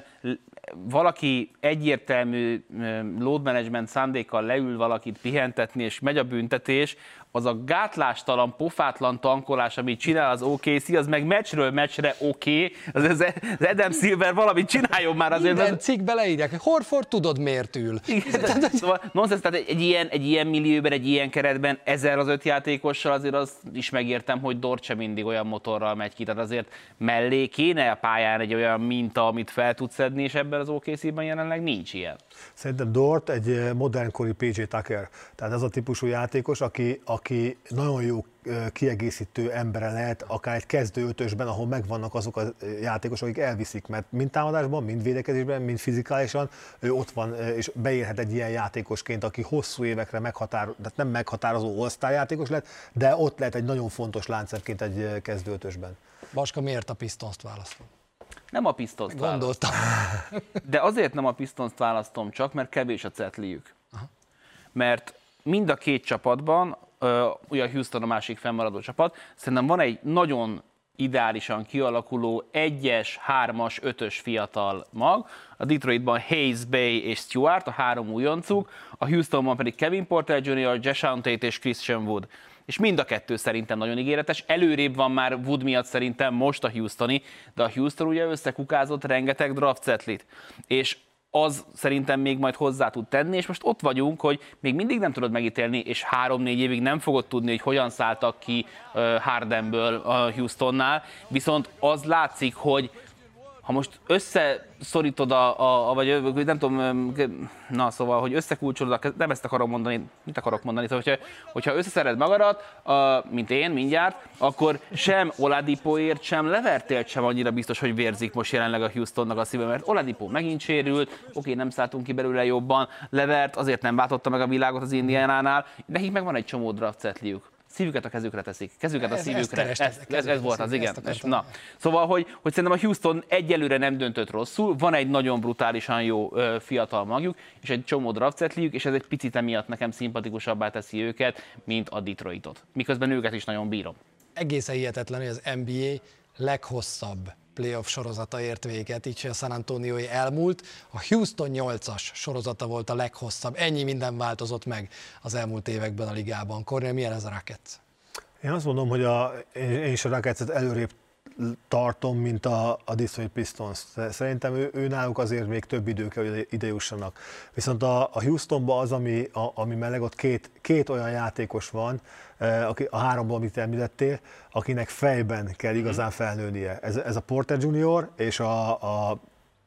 Speaker 3: valaki egyértelmű load management szándékkal leül valakit pihentetni, és megy a büntetés, az a gátlástalan, pofátlan tankolás, amit csinál az o ká cé, az meg meccsről meccsre oké, okay. Az, az Adam Silver valamit csináljon már azért.
Speaker 1: Minden cikkbe leírják, hogy Horford tudod miért ül.
Speaker 3: Igen, szóval nonsense, tehát egy ilyen, egy ilyen millióben, egy ilyen keretben, ezzel az öt játékossal azért az is megértem, hogy Dort sem mindig olyan motorral megy ki, tehát azért mellé kéne a pályán egy olyan minta, amit fel tudsz szedni, és ebben az o ká cé-ben jelenleg nincs ilyen.
Speaker 2: Szerintem Dort egy modernkori pé jé Tucker, tehát ez a típusú játékos, aki, aki nagyon jó kiegészítő embere lehet, akár egy kezdő ötösben, ahol megvannak azok a játékosok, akik elviszik, mert mind támadásban, mind védekezésben, mind fizikálisan ő ott van, és beérhet egy ilyen játékosként, aki hosszú évekre meghatározó, tehát nem meghatározó all-star játékos lett, de ott lehet egy nagyon fontos láncszemként egy kezdő ötösben.
Speaker 1: Baska, miért a Pistons-t választom?
Speaker 3: Nem a Pistons-t
Speaker 1: Gondoltam.
Speaker 3: választom. De azért nem a Pistons-t választom csak, mert kevés a cetliük. Aha. Mert mind a két csapatban, ugye a Houston a másik fennmaradó csapat, szerintem van egy nagyon ideálisan kialakuló egyes, hármas, ötös fiatal mag. A Detroitban Hayes, Bay és Stewart, a három újoncuk, a Houstonban pedig Kevin Porter junior, Jason Tate és Christian Wood. És mind a kettő szerintem nagyon ígéretes. Előrébb van már Wood miatt szerintem most a Houstoni, de a Houston ugye összekukázott rengeteg draft cetlit. És az szerintem még majd hozzá tud tenni, és most ott vagyunk, hogy még mindig nem tudod megítélni, és három-négy évig nem fogod tudni, hogy hogyan szálltak ki Hardenből a Houstonnál, viszont az látszik, hogy ha most összeszorítod a, a, a vagy nem tudom, na szóval, hogy összekulcsolod, a, nem ezt akarom mondani, mit akarok mondani, szóval, hogyha, hogyha összeszered magadat, a, mint én mindjárt, akkor sem Oladipoért, sem Levertért sem annyira biztos, hogy vérzik most jelenleg a Houstonnak a szíve, mert Oladipo megint sérült, oké, nem szálltunk ki belőle jobban, Levert azért nem váltotta meg a világot az Indiánánál, nekik meg van egy csomó draft cetliük. Szívüket a kezükre teszik, kezüket a
Speaker 1: ez,
Speaker 3: szívükre.
Speaker 1: Ez,
Speaker 3: ez, ez, ez volt az, igen. Na.
Speaker 1: Na.
Speaker 3: Szóval, hogy, hogy szerintem a Houston egyelőre nem döntött rosszul, van egy nagyon brutálisan jó ö, fiatal magjuk, és egy csomó draftcetliük, és ez egy picit emiatt nekem szimpatikusabbá teszi őket, mint a Detroitot. Miközben őket is nagyon bírom.
Speaker 1: Egészen hihetetlen, hogy az en bé á leghosszabb playoff sorozata ért véget, így a San Antoniói elmúlt. A Houston nyolcas sorozata volt a leghosszabb. Ennyi minden változott meg az elmúlt években a ligában. Kornél, milyen ez a Rockets?
Speaker 2: Én azt mondom, hogy a, én is a Rocketset előrébb tartom, mint a, a Detroit Pistons. Szerintem ő, ő náluk azért még több idő kell, hogy ide jussanak. Viszont a, a Houstonban az, ami, a, ami melleg ott két, két olyan játékos van, aki, a háromból, amit említettél, akinek fejben kell igazán felnőnie. Ez, ez a Porter junior és a... a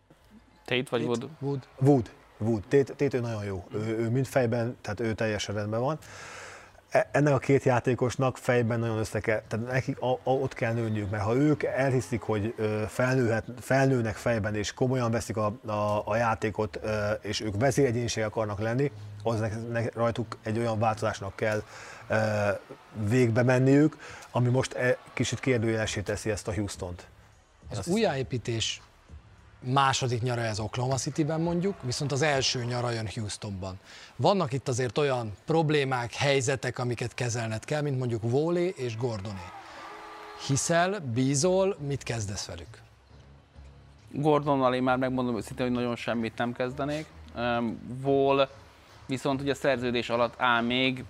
Speaker 3: Tate vagy Wood?
Speaker 2: Wood. Wood. Wood. Tate, Tate ő nagyon jó. Ő, ő mind fejben, tehát ő teljesen rendben van. Ennek a két játékosnak fejben nagyon össze kell, tehát nekik a, a, ott kell nőniük, mert ha ők elhiszik, hogy felnőhet, felnőnek fejben, és komolyan veszik a, a, a játékot, és ők vezéregyéniség akarnak lenni, az ne, ne, rajtuk egy olyan változásnak kell végbe menniük, ami most kicsit kérdőjelessé teszi ezt a Houstont.
Speaker 1: Az újjáépítés második nyara ez Oklahoma Cityben mondjuk, viszont az első nyara jön Houstonban. Vannak itt azért olyan problémák, helyzetek, amiket kezelned kell, mint mondjuk Wallé és Gordoné. Hiszel, bízol, mit kezdesz velük?
Speaker 3: Gordonnal én már megmondom őszintén, hogy nagyon semmit nem kezdenék. Wall viszont ugye a szerződés alatt áll még.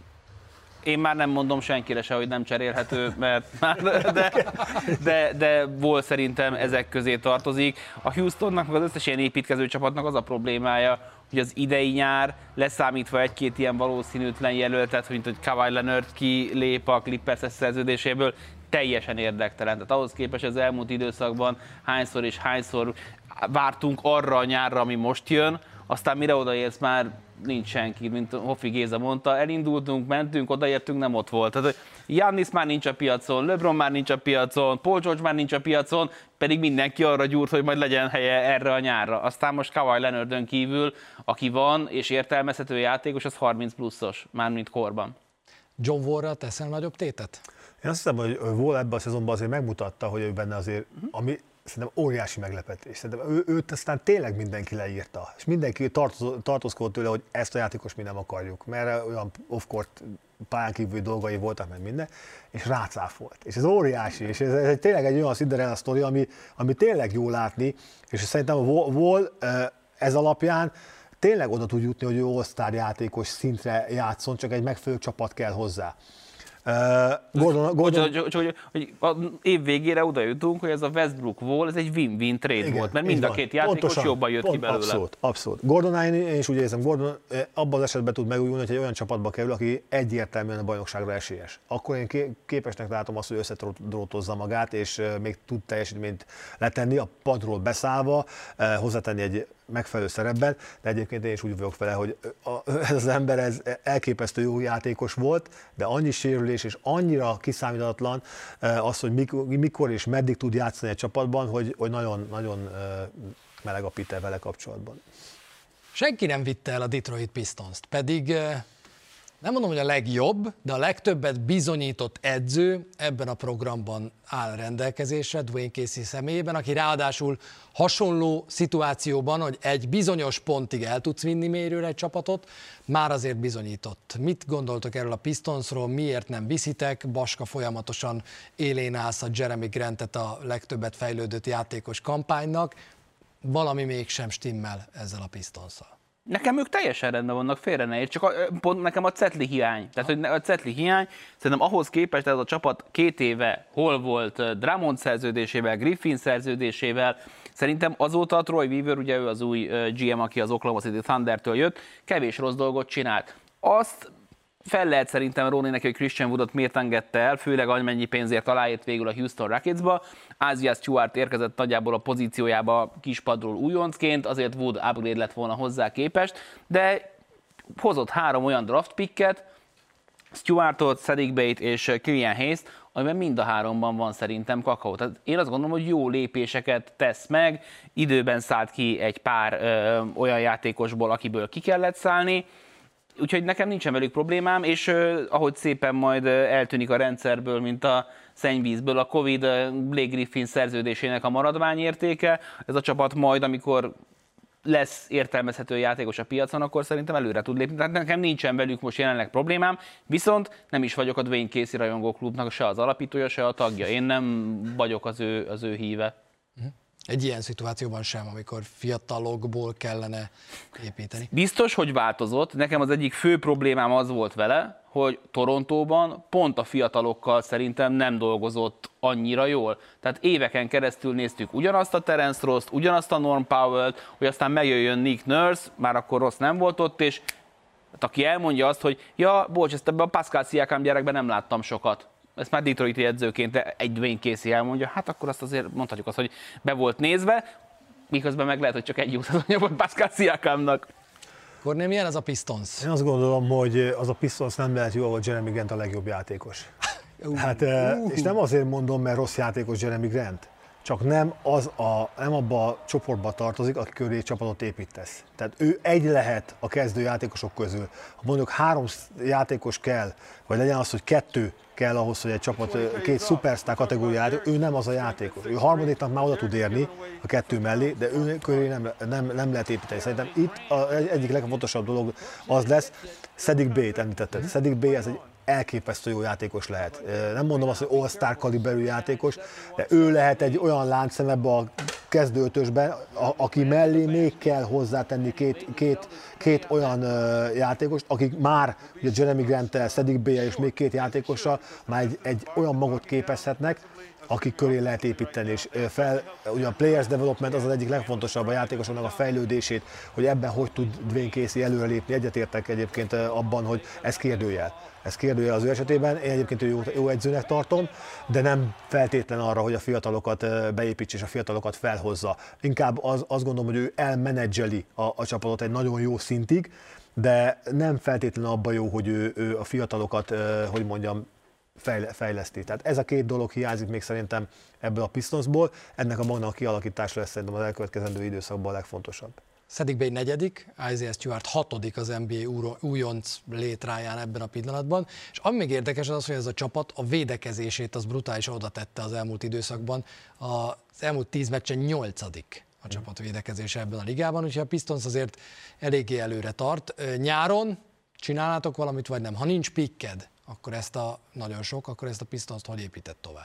Speaker 3: Én már nem mondom senkire se, hogy nem cserélhető, mert már, de, de, de Wall szerintem ezek közé tartozik. A Houstonnak, meg az összes ilyen építkező csapatnak az a problémája, hogy az idei nyár, leszámítva egy-két ilyen valószínűtlen jelöltet, mint hogy Kawhi Leonard kilép a Clippers szerződéséből, teljesen érdektelen. Tehát ahhoz képest az elmúlt időszakban hányszor és hányszor vártunk arra a nyárra, ami most jön, aztán mire odaérsz, már nincs senki, mint Hoffi Géza mondta, elindultunk, mentünk, odaértünk, nem ott volt. Tehát Giannis már nincs a piacon, LeBron már nincs a piacon, Paul George már nincs a piacon, pedig mindenki arra gyúrt, hogy majd legyen helye erre a nyárra. Aztán most Kawhi Leonardön kívül, aki van és értelmezhető játékos, az harminc pluszos, mármint korban.
Speaker 1: John Wallra teszel nagyobb tétet?
Speaker 2: Én azt hiszem, hogy Wall ebben a szezonban azért megmutatta, hogy ő benne azért, ami szerintem óriási meglepetés. Szerintem ő, őt aztán tényleg mindenki leírta, és mindenki tartoz, tartózkodott tőle, hogy ezt a játékos mi nem akarjuk, mert olyan off-court pályán kívüli dolgai voltak, meg minden, és rácáfolt. És ez óriási, és ez, ez tényleg egy olyan Cinderella sztori, ami, ami tényleg jó látni, és szerintem a Wall ez alapján tényleg oda tud jutni, hogy ő all-star játékos szintre játszon, csak egy megfelelő csapat kell hozzá. Uh, Gordon, Gordon...
Speaker 3: Hogy, hogy, hogy az év végére oda jutunk, hogy ez a Westbrook Wall, ez egy win-win trade igen, volt, mert mind a két játékos pontosan, jobban jött pont, ki belőle.
Speaker 2: Abszolút, abszolút. Gordon, én is úgy érzem, Gordon abban az esetben tud megújulni, hogy egy olyan csapatba kerül, aki egyértelműen a bajnokságra esélyes. Akkor én képesnek látom azt, hogy összedrótozza magát, és még tud teljesítményt letenni, a padról beszállva, hozzátenni egy megfelelő szerepben, de egyébként én is úgy vagyok vele, hogy ez az ember ez elképesztő jó játékos volt, de annyi sérülés és annyira kiszámíthatatlan az, hogy mikor és meddig tud játszani egy csapatban, hogy, hogy nagyon, nagyon meleg a pite vele kapcsolatban.
Speaker 1: Senki nem vitte el a Detroit Pistons-t, pedig nem mondom, hogy a legjobb, de a legtöbbet bizonyított edző ebben a programban áll rendelkezésre, Dwayne Casey személyében, aki ráadásul hasonló szituációban, hogy egy bizonyos pontig el tudsz vinni mélyről egy csapatot, már azért bizonyított. Mit gondoltok erről a Pistonsról, miért nem viszitek? Baska folyamatosan élén állsz a Jeremy Grantet a legtöbbet fejlődött játékos kampánynak, valami mégsem stimmel ezzel a Pistonsszal.
Speaker 3: Nekem ők teljesen rendben vannak, félre ne érts, csak a, pont nekem a cetli hiány. Tehát, hogy a cetli hiány, szerintem ahhoz képest ez a csapat két éve hol volt Drummond szerződésével, Griffin szerződésével, szerintem azóta a Troy Weaver, ugye ő az új gé em, aki az Oklahoma City Thundertől jött, kevés rossz dolgot csinált. Azt fel lehet szerintem róni neki, hogy Christian Woodot miért engedte el, főleg amennyi pénzért aláírt végül a Houston Rocketsba. Isaiah Stewart érkezett nagyjából a pozíciójába kispadról újoncként, azért Wood upgrade lett volna hozzá képest, de hozott három olyan draft picket, Stewartot, Saddiq Bey-t és Killian Hayes-t, amiben mind a háromban van szerintem kakaó. Tehát én azt gondolom, hogy jó lépéseket tesz meg, időben szállt ki egy pár ö, olyan játékosból, akiből ki kellett szállni, úgyhogy nekem nincsen velük problémám, és uh, ahogy szépen majd uh, eltűnik a rendszerből, mint a szennyvízből a Covid uh, Blake Griffin szerződésének a maradványértéke, ez a csapat majd, amikor lesz értelmezhető játékos a piacon, akkor szerintem előre tud lépni. Tehát nekem nincsen velük most jelenleg problémám, viszont nem is vagyok a Dwayne Casey rajongó klubnak se az alapítója, se a tagja. Én nem vagyok az ő, az ő híve.
Speaker 1: Egy ilyen szituációban sem, amikor fiatalokból kellene építeni.
Speaker 3: Biztos, hogy változott. Nekem az egyik fő problémám az volt vele, hogy Torontóban pont a fiatalokkal szerintem nem dolgozott annyira jól. Tehát éveken keresztül néztük ugyanazt a Terence Ross-t, ugyanazt a Norm Powell-t, hogy aztán megjöjjön Nick Nurse, már akkor Ross nem volt ott, és hát aki elmondja azt, hogy ja, bocs, ezt ebben a Pascal Siakam gyerekben nem láttam sokat. Ezt már Detroiti edzőként egy Dwayne Casey elmondja, hát akkor azt azért mondhatjuk azt, hogy be volt nézve, miközben meg lehet, hogy csak egy utazója volt Pascal Siakamnak.
Speaker 1: Kornél, milyen ez a Pistons?
Speaker 2: Én azt gondolom, hogy az a Pistons nem lehet jó, ahol Jeremy Grant a legjobb játékos. Uh, hát, uh. És nem azért mondom, mert rossz játékos Jeremy Grant, csak nem, az a, nem abba a csoportba tartozik, aki köré csapatot építesz. Tehát ő egy lehet a kezdő játékosok közül. Ha mondjuk három játékos kell, vagy legyen az, hogy kettő kell ahhoz, hogy egy csapat két szupersztár kategóriája, ő nem az a játékos. Ő harmadiknak már oda tud érni a kettő mellé, de ő köré nem, nem, nem lehet építeni. Szerintem itt az egyik legfontosabb dolog az lesz, Saddiq Bey-t említetted. Saddiq Bey ez egy elképesztő jó játékos lehet. Nem mondom azt, hogy all-star kaliberű játékos, de ő lehet egy olyan láncszem ebbe a kezdőötösben, aki mellé még kell hozzátenni két, két, két olyan játékost, akik már, ugye Jeremy Grant-tel, Sadiq Bey-el és még két játékossal már egy, egy olyan magot képezhetnek, akik köré lehet építeni, és fel, ugye a players development az az egyik legfontosabb a játékosoknak a fejlődését, hogy ebben hogy tud Dwayne Casey előrelépni. Egyetértek egyébként abban, hogy ez kérdőjel. Ez kérdőjel az ő esetében, én egyébként ő jó, jó edzőnek tartom, de nem feltétlen arra, hogy a fiatalokat beépítse és a fiatalokat felhozza. Inkább az, azt gondolom, hogy ő elmenedzseli a, a csapatot egy nagyon jó szintig, de nem feltétlenül abban jó, hogy ő, ő a fiatalokat, hogy mondjam, fejleszti. Tehát ez a két dolog hiányzik még szerintem ebből a Pistonsból, ennek a magnak a kialakítása lesz szerintem az elkövetkezendő időszakban a legfontosabb.
Speaker 1: Sadiq Bey negyedik, Isaiah Stewart hatodik az en bé á újonc létráján ebben a pillanatban, és ami még érdekes az, hogy ez a csapat a védekezését az brutálisan oda tette az elmúlt időszakban, az elmúlt tíz meccsen nyolcadik a csapat védekezése ebben a ligában, úgyhogy a Pistons azért eléggé előre tart. Nyáron csinálnátok valamit, vagy nem? Ha nincs pikked, akkor ezt a nagyon sok, akkor ezt a Pistons-t hogy épített tovább?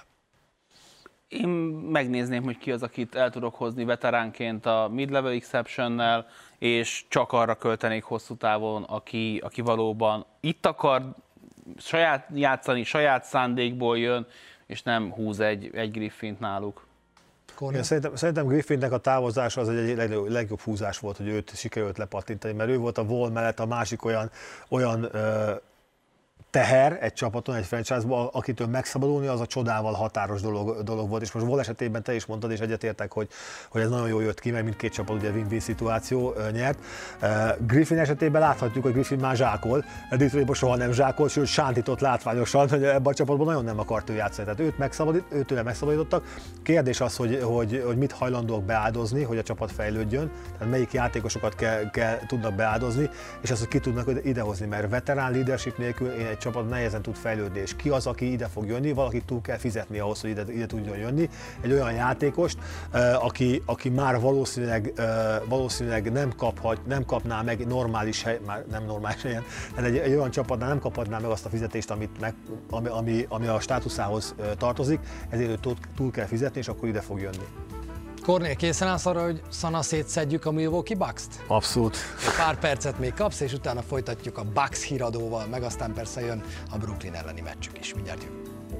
Speaker 3: Én megnézném, hogy ki az, akit el tudok hozni veteránként a mid-level exceptionnel, és csak arra költenék hosszú távon, aki, aki valóban itt akar saját játszani, saját szándékból jön, és nem húz egy, egy Griffint náluk.
Speaker 2: Én szerintem, szerintem Griffinnek a távozása az egy legjobb, legjobb húzás volt, hogy őt sikerült lepattintani, mert ő volt a Wall mellett a másik olyan, olyan ö, teher egy csapaton, egy franchise-ban, akitől megszabadulni, az a csodával határos dolog, dolog volt, és most Wall esetében te is mondtad, és egyetértek, hogy, hogy ez nagyon jól jött ki, mert mindkét csapat ugye win-win szituáció uh, nyert. Uh, Griffin esetében láthatjuk, hogy Griffin már zsákol, Detroitban soha nem zsákol, sőt sántított látványosan, hogy ebben a csapatban nagyon nem akart ő játszani. Tehát őt megszabadít, őtől megszabadítottak. Kérdés az, hogy, hogy, hogy mit hajlandóak beáldozni, hogy a csapat fejlődjön, tehát melyik játékosokat kell, kell tudnak beáldozni, és azt, hogy ki tudnak idehozni, mert veterán leadership nélkül én egy csapat nehezen tud fejlődni, és ki az, aki ide fog jönni, valakit túl kell fizetni ahhoz, hogy ide, ide tudjon jönni. Egy olyan játékost, aki, aki már valószínűleg, valószínűleg nem, kaphat, nem kapná meg normális hely, már nem normális helyen, de egy, egy olyan csapatnál nem kaphatná meg azt a fizetést, amit meg, ami, ami, ami a státuszához tartozik, ezért ő túl, túl kell fizetni, és akkor ide fog jönni.
Speaker 1: Kornél, készen állsz arra, hogy szana szétszedjük a Milwaukee Bucks-t?
Speaker 2: Abszolút.
Speaker 1: Egy pár percet még kapsz, és utána folytatjuk a Bucks híradóval, meg aztán persze jön a Brooklyn elleni meccsük is. Mindjárt jön.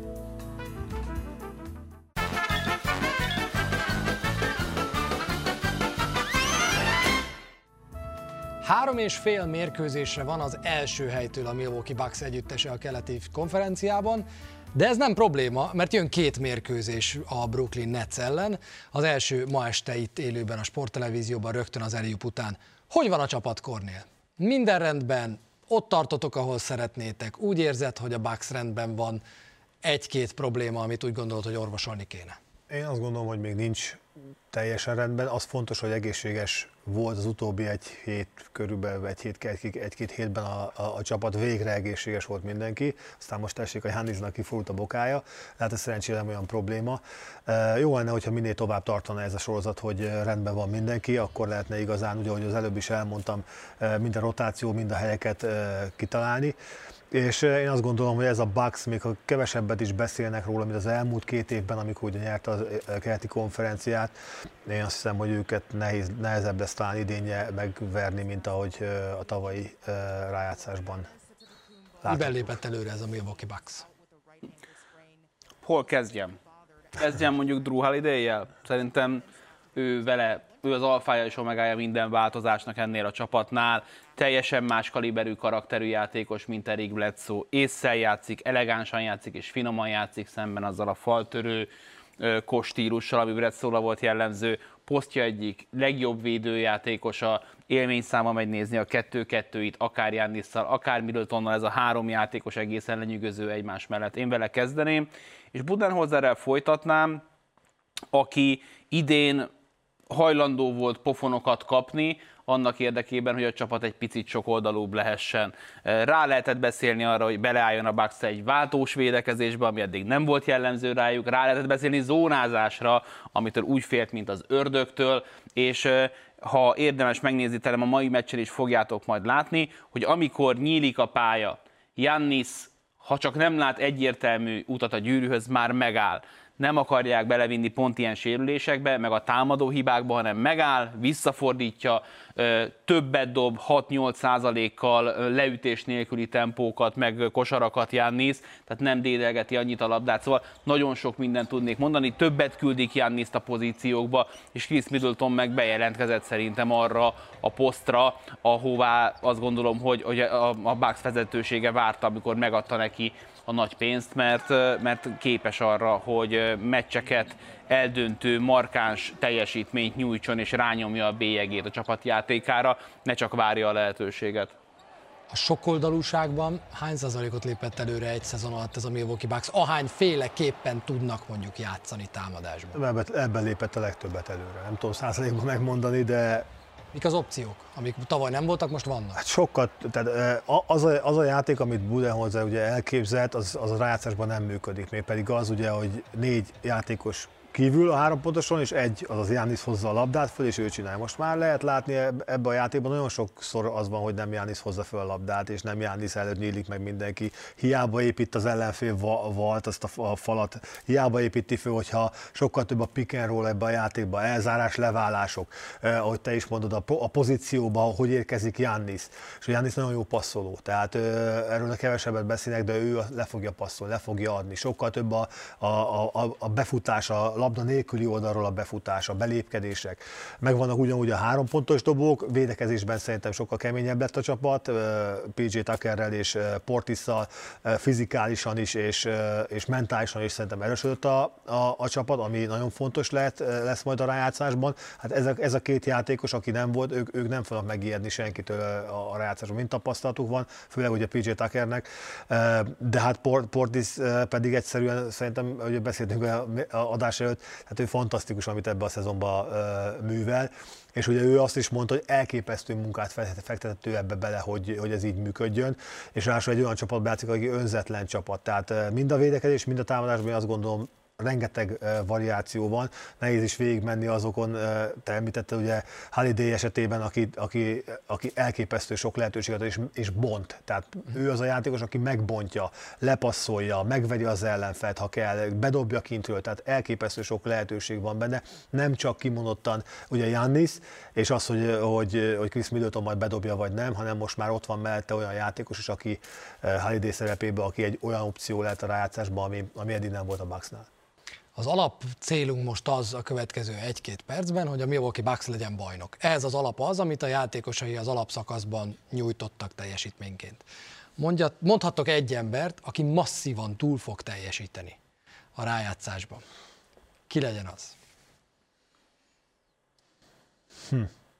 Speaker 1: Három és fél mérkőzésre van az első helytől a Milwaukee Bucks együttese a keleti konferenciában, de ez nem probléma, mert jön két mérkőzés a Brooklyn Nets ellen. Az első ma este itt élőben a sporttelevízióban rögtön az Eliup után. Hogy van a csapat, Kornél? Minden rendben, ott tartotok, ahol szeretnétek. Úgy érzed, hogy a Bucks rendben van, egy-két probléma, amit úgy gondolod, hogy orvosolni kéne?
Speaker 2: Én azt gondolom, hogy még nincs teljesen rendben. Az fontos, hogy egészséges volt az utóbbi egy hét, körülbelül egy hét, egy-két egy hétben a, a, a csapat, végre egészséges volt mindenki. Aztán most tessék, hogy Hannisnak kifordult a bokája, hát ez szerencsére nem olyan probléma. E, jó lenne, hogyha minél tovább tartana ez a sorozat, hogy rendben van mindenki, akkor lehetne igazán, ugye, ahogy az előbb is elmondtam, mind a rotáció, mind a helyeket kitalálni. És én azt gondolom, hogy ez a Bucks, még ha kevesebbet is beszélnek róla, mint az elmúlt két évben, amikor ugye nyerte a keleti konferenciát, én azt hiszem, hogy őket nehéz, nehezebb lesz talán idénje megverni, mint ahogy a tavalyi rájátszásban láttuk.
Speaker 1: Miben lépett előre ez a Milwaukee Bucks?
Speaker 3: Hol kezdjem? Kezdjem mondjuk Drew Holiday-jel? Szerintem ő vele, ő az alfája és omegája minden változásnak ennél a csapatnál. Teljesen más kaliberű karakterű játékos, mint Eric Bledsoe. Ésszel játszik, elegánsan játszik és finoman játszik szemben azzal a faltörő kostílussal, ami Bledsoe-ra volt jellemző. Posztja egyik legjobb védőjátékosa, élményszáma megy nézni a kettő-kettőit, akár Giannisszal, akár Middletonnal, ez a három játékos egészen lenyűgöző egymás mellett. Én vele kezdeném, és Budenholzerrel folytatnám, aki idén hajlandó volt pofonokat kapni, annak érdekében, hogy a csapat egy picit sokoldalúbb lehessen. Rá lehetett beszélni arra, hogy beleálljon a Bucks egy váltós védekezésbe, ami eddig nem volt jellemző rájuk, rá lehetett beszélni zónázásra, amitől úgy félt, mint az ördögtől, és ha érdemes megnézni, talán a mai meccsen is fogjátok majd látni, hogy amikor nyílik a pálya, Giannis ha csak nem lát egyértelmű utat a gyűrűhöz, már megáll. Nem akarják belevinni pont ilyen sérülésekbe, meg a támadó hibákba, hanem megáll, visszafordítja, többet dob, hat-nyolc százalékkal leütés nélküli tempókat, meg kosarakat Giannis, tehát nem dédelgeti annyit a labdát, szóval nagyon sok mindent tudnék mondani, többet küldik Giannist a pozíciókba, és Chris Middleton meg bejelentkezett szerintem arra a posztra, ahová azt gondolom, hogy, hogy a Bucks vezetősége várta, amikor megadta neki a nagy pénzt, mert, mert képes arra, hogy meccseket eldöntő, markáns teljesítményt nyújtson és rányomja a bélyegét a csapatjátékára, ne csak várja a lehetőséget.
Speaker 1: A sokoldalúságban hány százalékot lépett előre egy szezon alatt ez a Milwaukee Bucks, ahány féleképpen tudnak mondjuk játszani támadásban?
Speaker 2: Ebben, ebben lépett a legtöbbet előre. Nem tudom százalékban megmondani, de...
Speaker 1: Mik az opciók, amik tavaly nem voltak, most vannak?
Speaker 2: Hát sokat, tehát az a, az a játék, amit Budenholzer ugye elképzelt, az, az a rájátszásban nem működik. Még pedig az ugye, hogy négy játékos kívül a három pontoson, és egy, az az Giannis hozza a labdát föl, és ő csinálja. Most már lehet látni ebben a játékban nagyon sokszor az van, hogy nem Giannis hozza föl a labdát, és nem Giannis előtt nyílik meg mindenki. Hiába épít az ellenfél valt, azt a falat, hiába építi föl, hogyha sokkal több a pick and roll ebben a játékban, elzárás, leválások, eh, ahogy te is mondod, a, a pozícióban, hogy érkezik Giannis. És Giannis nagyon jó passzoló, tehát eh, erről a kevesebbet beszélnek, de ő le fogja passzolni, le fogja adni. Sokkal több a, a, a, a befutás, a labda nélküli oldalról a befutás, a belépkedések. Megvannak ugyanúgy a három pontos dobók, védekezésben szerintem sokkal keményebb lett a csapat, pé jé Tuckerrel és Portisszal fizikálisan is és, és mentálisan is szerintem erősödött a, a, a csapat, ami nagyon fontos lehet, lesz majd a rájátszásban. Hát ez a, ez a két játékos, aki nem volt, ők, ők nem fognak megijedni senkitől a, a rájátszásban, mint tapasztalatuk van, főleg ugye pé jé Tuckernek, de hát Portis pedig egyszerűen szerintem, hogy beszéltünk a adás előtt, hát ő fantasztikus, amit ebbe a szezonban uh, művel, és ugye ő azt is mondta, hogy elképesztő munkát fektetett ő ebbe bele, hogy, hogy ez így működjön, és ráadásul egy olyan csapatban játszik, aki önzetlen csapat, tehát uh, mind a védekezés, mind a támadásban azt gondolom, rengeteg uh, variáció van, nehéz is végigmenni azokon, uh, te említetted ugye Holiday esetében, aki, aki, aki elképesztő sok lehetőséget és, és bont, tehát mm. ő az a játékos, aki megbontja, lepasszolja, megveri az ellenfelt, ha kell, bedobja kintről, tehát elképesztő sok lehetőség van benne, nem csak kimondottan ugye Giannis, és az, hogy, hogy, hogy Chris Middleton majd bedobja vagy nem, hanem most már ott van mellette olyan játékos is, aki uh, Holiday szerepében, aki egy olyan opció lehet a rájátszásban, ami, ami eddig nem volt a Bucksnál.
Speaker 1: Az alap célunk most az a következő egy-két percben, hogy a Milwaukee Bucks legyen bajnok. Ez az alap az, amit a játékosai az alapszakaszban nyújtottak teljesítményként. Mondjat, mondhattok egy embert, aki masszívan túl fog teljesíteni a rájátszásban. Ki legyen az? Hm.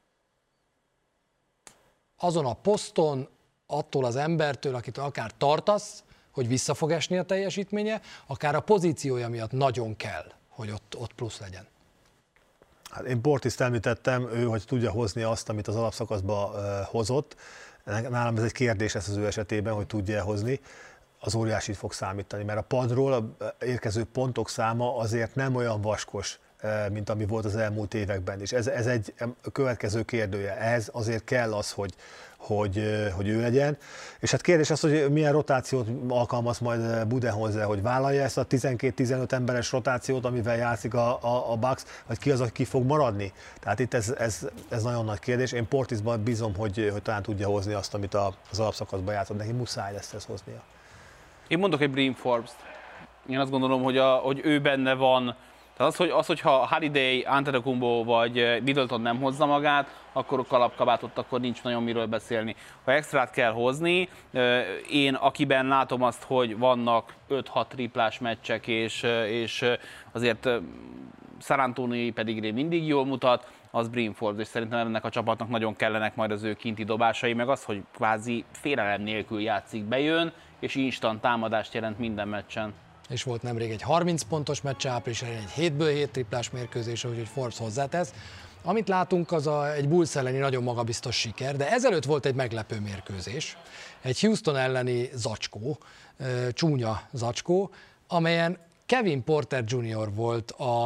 Speaker 1: Azon a poszton, attól az embertől, akitől akár tartasz, hogy vissza fog esni a teljesítménye, akár a pozíciója miatt nagyon kell, hogy ott, ott plusz legyen.
Speaker 2: Hát én Portiszt említettem, ő hogy tudja hozni azt, amit az alapszakaszban uh, hozott. Nálam ez egy kérdés lesz az ő esetében, hogy tudja hozni. Az óriásit fog számítani, mert a padról a érkező pontok száma azért nem olyan vaskos, mint ami volt az elmúlt években is. Ez, ez egy következő kérdője. Ehhez azért kell az, hogy, hogy, hogy ő legyen. És hát kérdés az, hogy milyen rotációt alkalmaz majd Budenholzer, hogy vállalja ezt a tizenkét-tizenöt emberes rotációt, amivel játszik a, a, a Bucks, vagy ki az, aki fog maradni. Tehát itt ez, ez, ez nagyon nagy kérdés. Én Portisban bízom, hogy, hogy talán tudja hozni azt, amit az alapszakaszban játszott. Neki muszáj lesz ezt hoznia.
Speaker 3: Én mondok egy Bryn Forbes-t. Én azt gondolom, hogy, a, hogy ő benne van. Tehát az, hogy, az hogyha Holiday, Antetokounmpo vagy Middleton nem hozza magát, akkor a kalapkabátot, akkor nincs nagyon miről beszélni. Ha extrát kell hozni, én akiben látom azt, hogy vannak öt-hat triplás meccsek, és, és azért San Antonio pedig mindig jól mutat, az Bryn Forbes, és szerintem ennek a csapatnak nagyon kellenek majd az ő kinti dobásai, meg az, hogy kvázi félelem nélkül játszik, bejön, és instant támadást jelent minden meccsen.
Speaker 1: És volt nemrég egy harminc pontos meccse, április elején egy hétből hét triplás mérkőzés, úgyhogy Forbes hozzátesz. Amit látunk, az a, egy Bulls elleni nagyon magabiztos siker, de ezelőtt volt egy meglepő mérkőzés, egy Houston elleni zacskó, csúnya zacskó, amelyen Kevin Porter junior volt a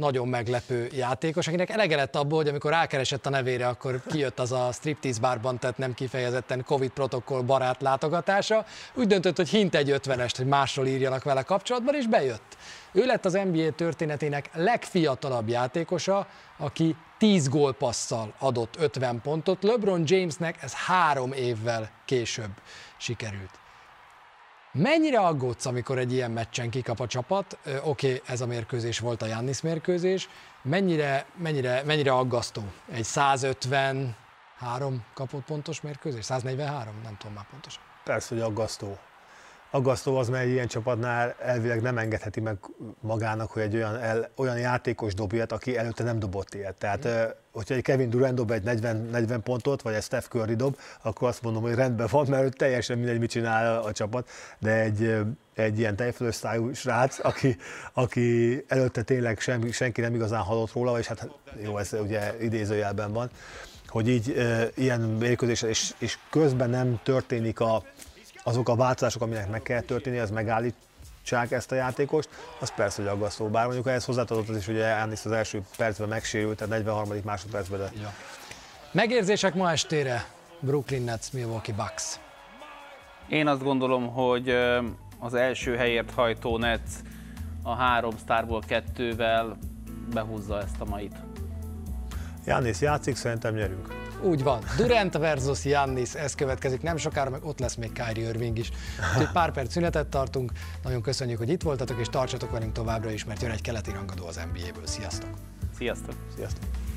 Speaker 1: nagyon meglepő játékos, akinek elege lett abból, hogy amikor rákeresett a nevére, akkor kijött az a striptease bárban, tehát nem kifejezetten Covid protokoll barát látogatása. Úgy döntött, hogy hint egy ötvenest, hogy másról írjanak vele kapcsolatban, és bejött. Ő lett az en bé á történetének legfiatalabb játékosa, aki tíz gólpasszal adott ötven pontot. LeBron Jamesnek ez három évvel később sikerült. Mennyire aggódsz, amikor egy ilyen meccsen kikap a csapat? Oké, okay, ez a mérkőzés volt a Giannis mérkőzés. Mennyire, mennyire, mennyire aggasztó egy százötvenhárom kapott pontos mérkőzés? száznegyvenhárom? Nem tudom már pontosan.
Speaker 2: Persze, hogy aggasztó. Aggasztó az, mert egy ilyen csapatnál elvileg nem engedheti meg magának, hogy egy olyan, el, olyan játékos dob ilyet, aki előtte nem dobott ilyet. Tehát, mm. hogyha egy Kevin Durant dob egy negyven, negyven pontot, vagy egy Steph Curry dob, akkor azt mondom, hogy rendben van, mert teljesen mindegy, mit csinál a csapat. De egy, egy ilyen tejfölösztályú srác, aki, aki előtte tényleg sem, senki nem igazán hallott róla, és hát jó, ez ugye idézőjelben van, hogy így e, ilyen mérkőzés, és, és közben nem történik a azok a változások, aminek meg kell történni, az megállítsák ezt a játékost, az persze, hogy aggasztó. Bár mondjuk ehhez hozzátartott az is, hogy Giannis az első percben megsérült, tehát negyvenharmadik másodpercben. De...
Speaker 1: Ja. Megérzések ma estére, Brooklyn Nets, Milwaukee Bucks.
Speaker 3: Én azt gondolom, hogy az első helyért hajtó Nets a három sztárból kettővel behúzza ezt a mait.
Speaker 2: Giannis játszik, szerintem nyerünk.
Speaker 1: Úgy van. Durant versus Giannis, ez következik nem sokára, meg ott lesz még Kyrie Irving is. Úgyhogy pár perc szünetet tartunk. Nagyon köszönjük, hogy itt voltatok, és tartsatok velünk továbbra is, mert jön egy keleti rangadó az en bé á-ből. Sziasztok!
Speaker 3: Sziasztok!
Speaker 2: Sziasztok!